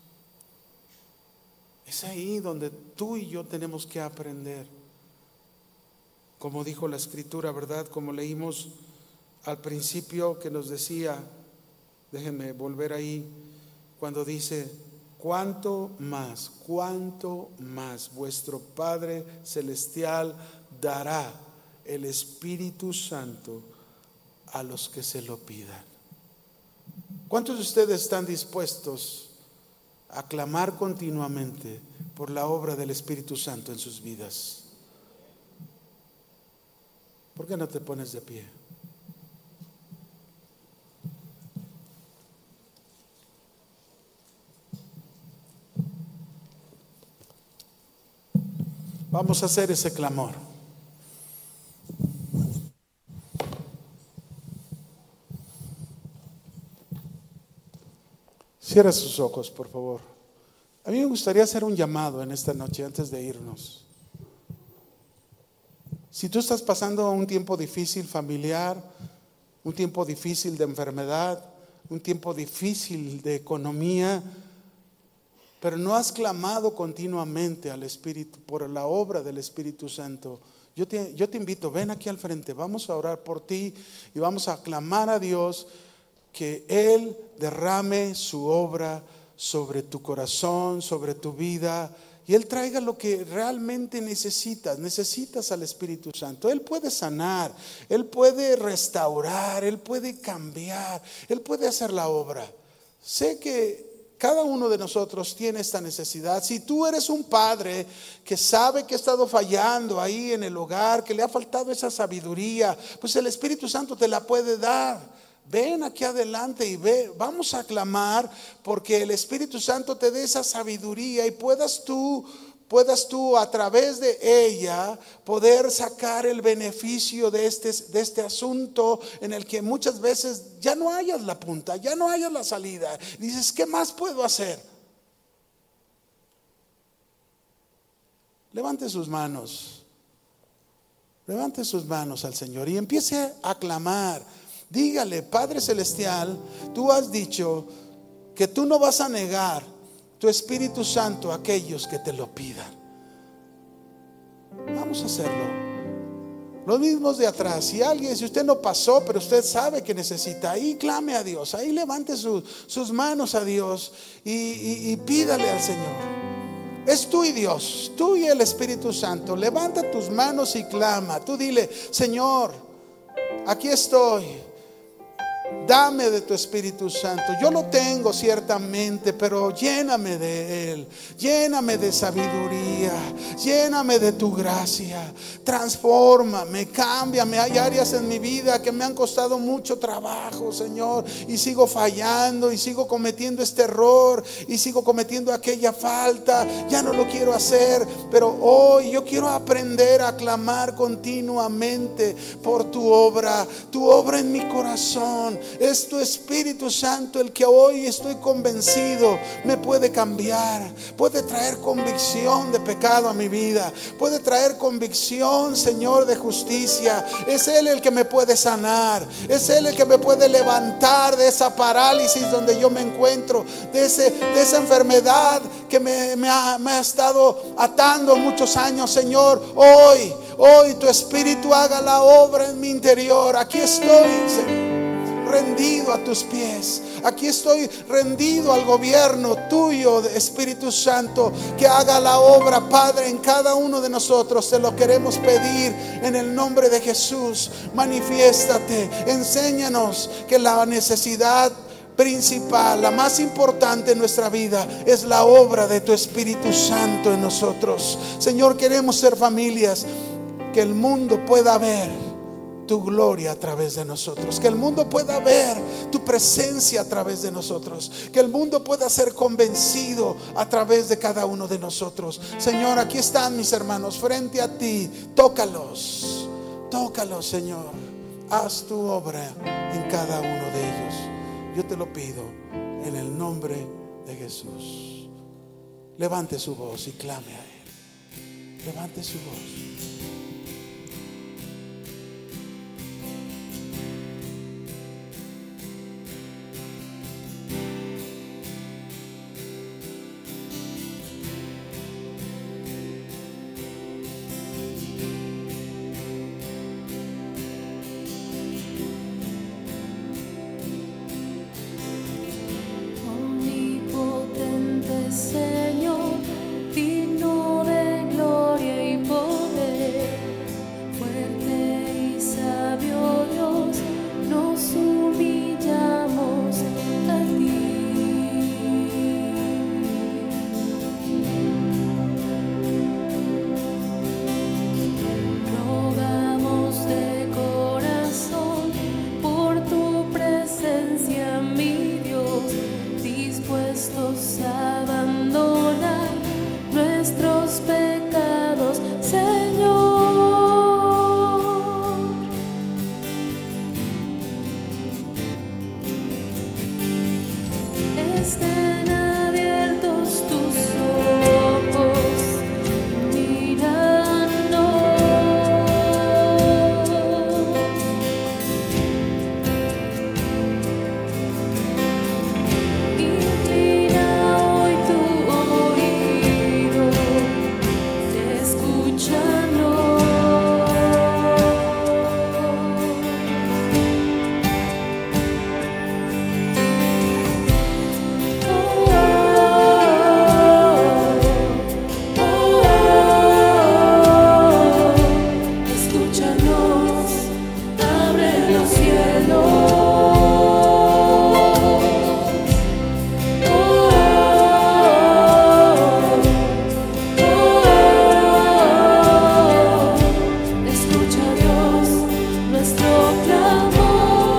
Es ahí donde tú y yo tenemos que aprender. Como dijo la Escritura, ¿verdad? Como leímos al principio que nos decía, déjenme volver ahí, cuando dice, cuánto más vuestro Padre Celestial dará el Espíritu Santo a los que se lo pidan. ¿Cuántos de ustedes están dispuestos a clamar continuamente por la obra del Espíritu Santo en sus vidas? ¿Por qué no te pones de pie? Vamos a hacer ese clamor. Cierra sus ojos, por favor. A mí me gustaría hacer un llamado en esta noche antes de irnos. Si tú estás pasando un tiempo difícil familiar, un tiempo difícil de enfermedad, un tiempo difícil de economía, pero no has clamado continuamente al Espíritu por la obra del Espíritu Santo, yo te invito, ven aquí al frente, vamos a orar por ti y vamos a clamar a Dios que Él derrame su obra sobre tu corazón, sobre tu vida, y Él traiga lo que realmente necesitas al Espíritu Santo. Él puede sanar, Él puede restaurar, Él puede cambiar, Él puede hacer la obra. Sé que cada uno de nosotros tiene esta necesidad. Si tú eres un padre que sabe que ha estado fallando ahí en el hogar, que le ha faltado esa sabiduría, pues el Espíritu Santo te la puede dar. Ven aquí adelante y vamos a clamar porque el Espíritu Santo te dé esa sabiduría y puedas tú a través de ella poder sacar el beneficio de este asunto en el que muchas veces ya no hayas la punta, ya no hayas la salida. Dices, ¿qué más puedo hacer? Levante sus manos al Señor y empiece a clamar. Dígale, Padre Celestial, tú has dicho que tú no vas a negar tu Espíritu Santo a aquellos que te lo pidan. Vamos a hacerlo. Los mismos de atrás, si usted no pasó, pero usted sabe que necesita, ahí clame a Dios, ahí levante sus manos a Dios y pídale al Señor. Es tú y Dios, tú y el Espíritu Santo. Levanta tus manos y clama. Tú dile, Señor, aquí estoy. Dame de tu Espíritu Santo. Yo lo tengo ciertamente, pero lléname de Él. Lléname de sabiduría. Lléname de tu gracia. Transfórmame, cámbiame. Hay áreas en mi vida que me han costado mucho trabajo, Señor, y sigo fallando y sigo cometiendo este error y sigo cometiendo aquella falta. Ya no lo quiero hacer, pero hoy yo quiero aprender a clamar continuamente por tu obra en mi corazón. Es tu Espíritu Santo el que hoy estoy convencido me puede cambiar, puede traer convicción de pecado a mi vida, puede traer convicción, Señor, de justicia. Es Él el que me puede sanar, es Él el que me puede levantar de esa parálisis donde yo me encuentro, de esa enfermedad que me ha estado atando muchos años. Señor, hoy tu Espíritu haga la obra en mi interior. Aquí estoy, Señor, rendido a tus pies. Aquí estoy rendido al gobierno tuyo, Espíritu Santo, que haga la obra, Padre, en cada uno de nosotros. Te lo queremos pedir en el nombre de Jesús. Manifiéstate, enséñanos que la necesidad principal, la más importante en nuestra vida, es la obra de tu Espíritu Santo en nosotros. Señor, queremos ser familias que el mundo pueda ver tu gloria a través de nosotros, que el mundo pueda ver tu presencia a través de nosotros, que el mundo pueda ser convencido a través de cada uno de nosotros. Señor, aquí están mis hermanos frente a ti. Tócalos, Señor. Haz tu obra en cada uno de ellos. Yo te lo pido en el nombre de Jesús. Levante su voz y clame a Él. Levante su voz. abandonar nuestros pecados, Señor. Estén abiertos tus ojos, inclina hoy tu oído, escúchanos. Escúchanos, abre los cielos. Escucha Dios nuestro clamor.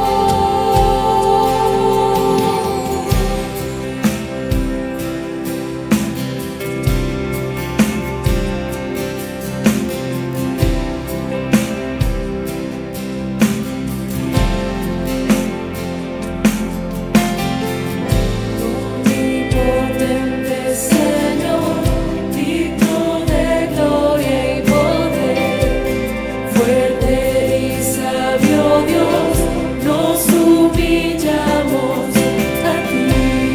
Omnipotente Señor, digno de gloria y poder, fuerte y sabio Dios, nos humillamos a ti.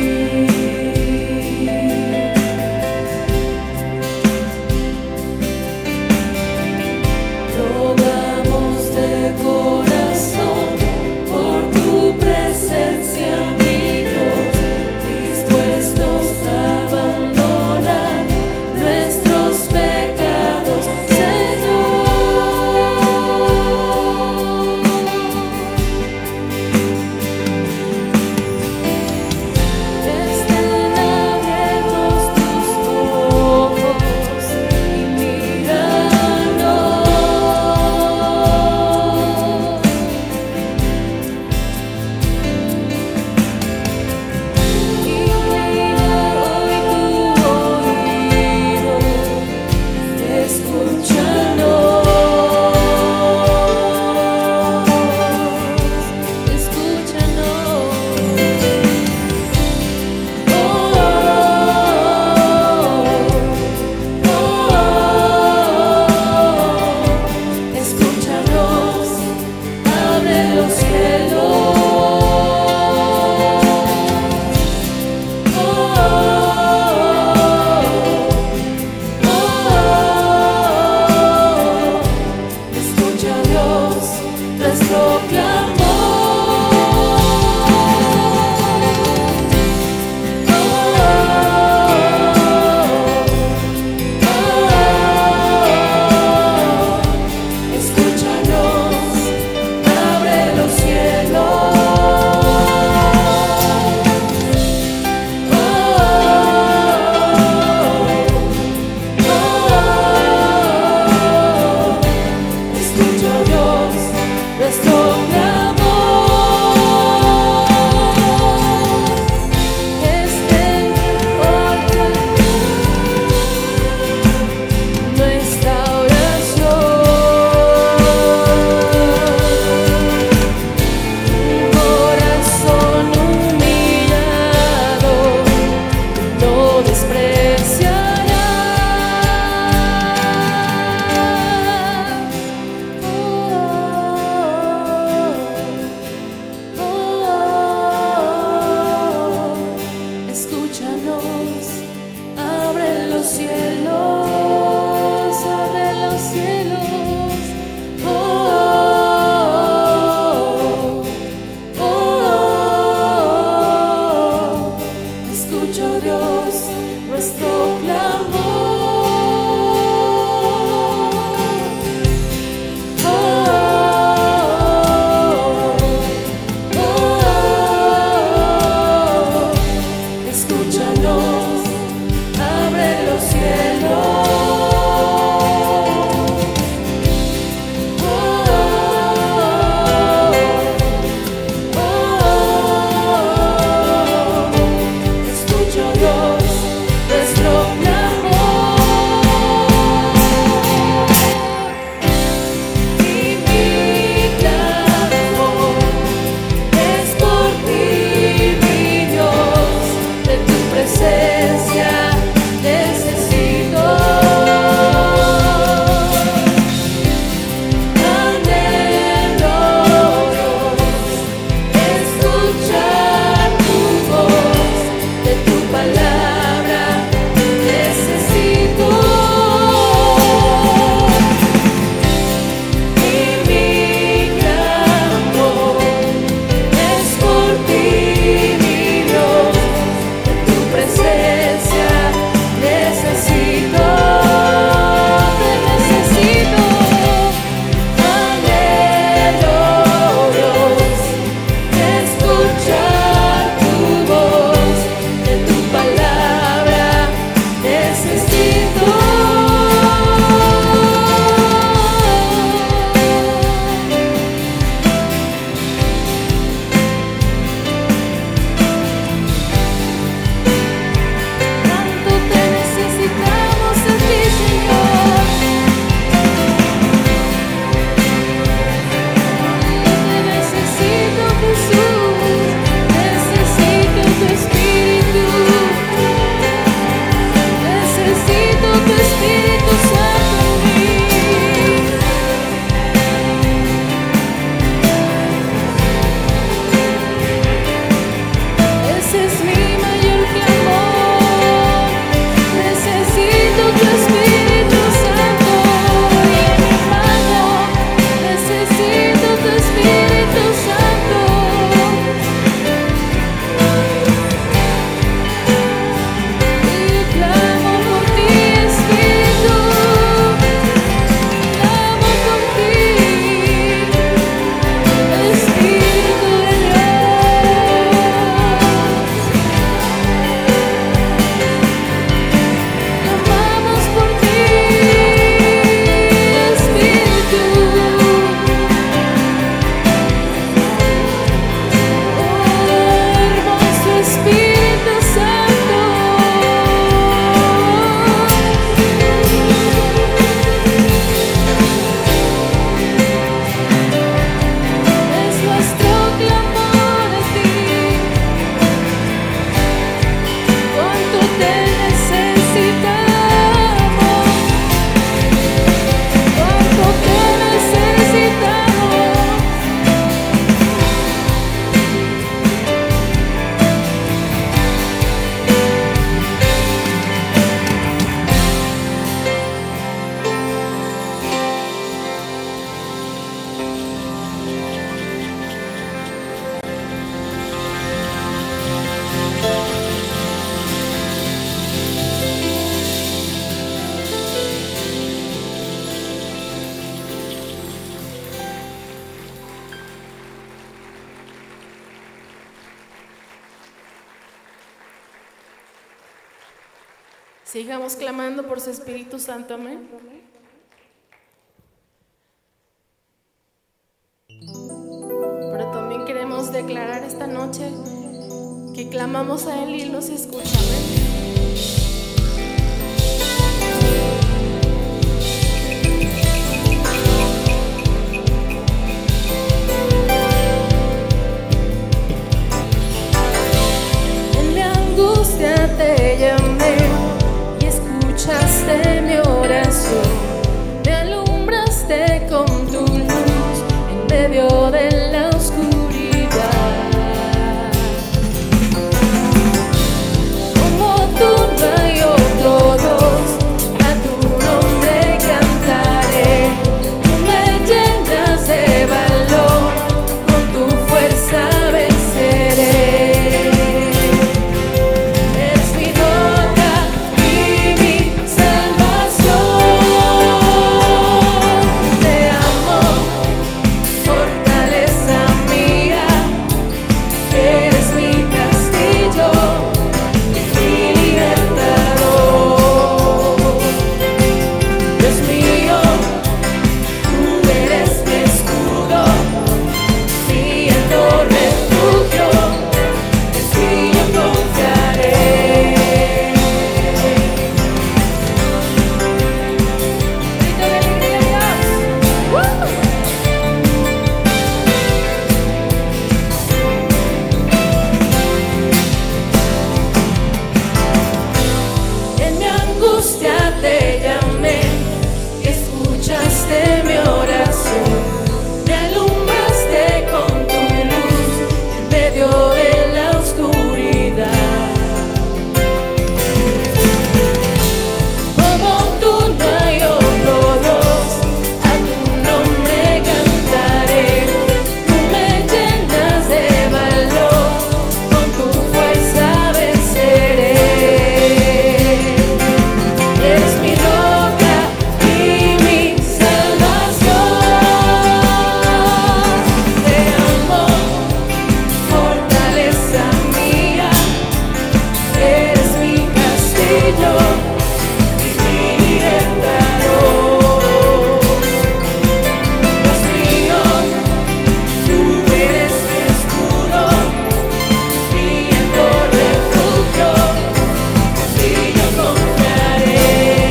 Rogamos de corazón por tu presencia, amigos, dispuestos a abandonar nuestros pecados, Señor. Estén abiertos tus ojos y míranos. Inclina hoy tu oído, escúchanos. Escúchanos, abre los cielos. Escucha Dios nuestro clamor. Escúchanos, abre los cielos. Escucha Dios nuestro clamor. Estén hoy nuestra oración. Corazón humillado no despreciará. Escúchanos, abre los cielos, abre los cielos. Escucha Dios nuestro clamor. Escúchanos, abre los cielos. Escucha Dios Sigamos clamando por su Espíritu Santo, amén. Pero también queremos declarar esta noche que clamamos a Él y Él nos escucha, amén. En mi angustia te llamé y escuchaste mi oración, me alumbraste con tu luz en medio de la oscuridad. Como tú no hay otro Dios, a tu nombre cantaré. Tú me llenas de valor, con tu fuerza venceré. Eres mi roca y mi salvación. Te amo, fortaleza mía. Eres mi castillo, mi libertador. Dios mío, tú eres mi escudo, mi alto refugio, en ti yo confiaré. Grito de alegría a Dios. En mi angustia te llamé y escuchaste mi oración, me alumbraste con tu luz en medio de la oscuridad. Como tú no hay otro Dios, a tu nombre cantaré. Tú me llenas de valor, con tu fuerza venceré. Eres mi roca y mi salvación. Te amo, fortaleza mía. Eres mi castillo y mi libertador. Dios mío, tú eres mi escudo, mi alto refugio, en ti yo confiaré.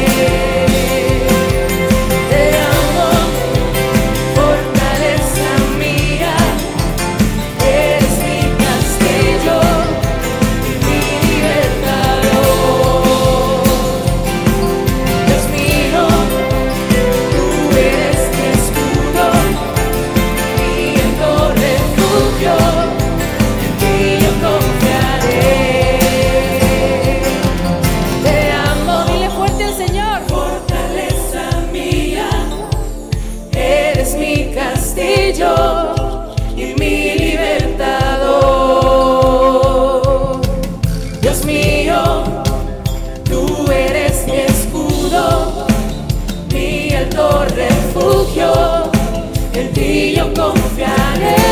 Te amo, fortaleza mía. Eres mi castillo y mi libertador. Dios mío, tú eres mi escudo, mi alto refugio, en ti yo confiaré. Te amo, dile fuerte al Señor. Fortaleza mía, eres mi castillo y mi libertador. Dios mío, tú eres mi escudo, mi alto refugio, en ti yo confiaré.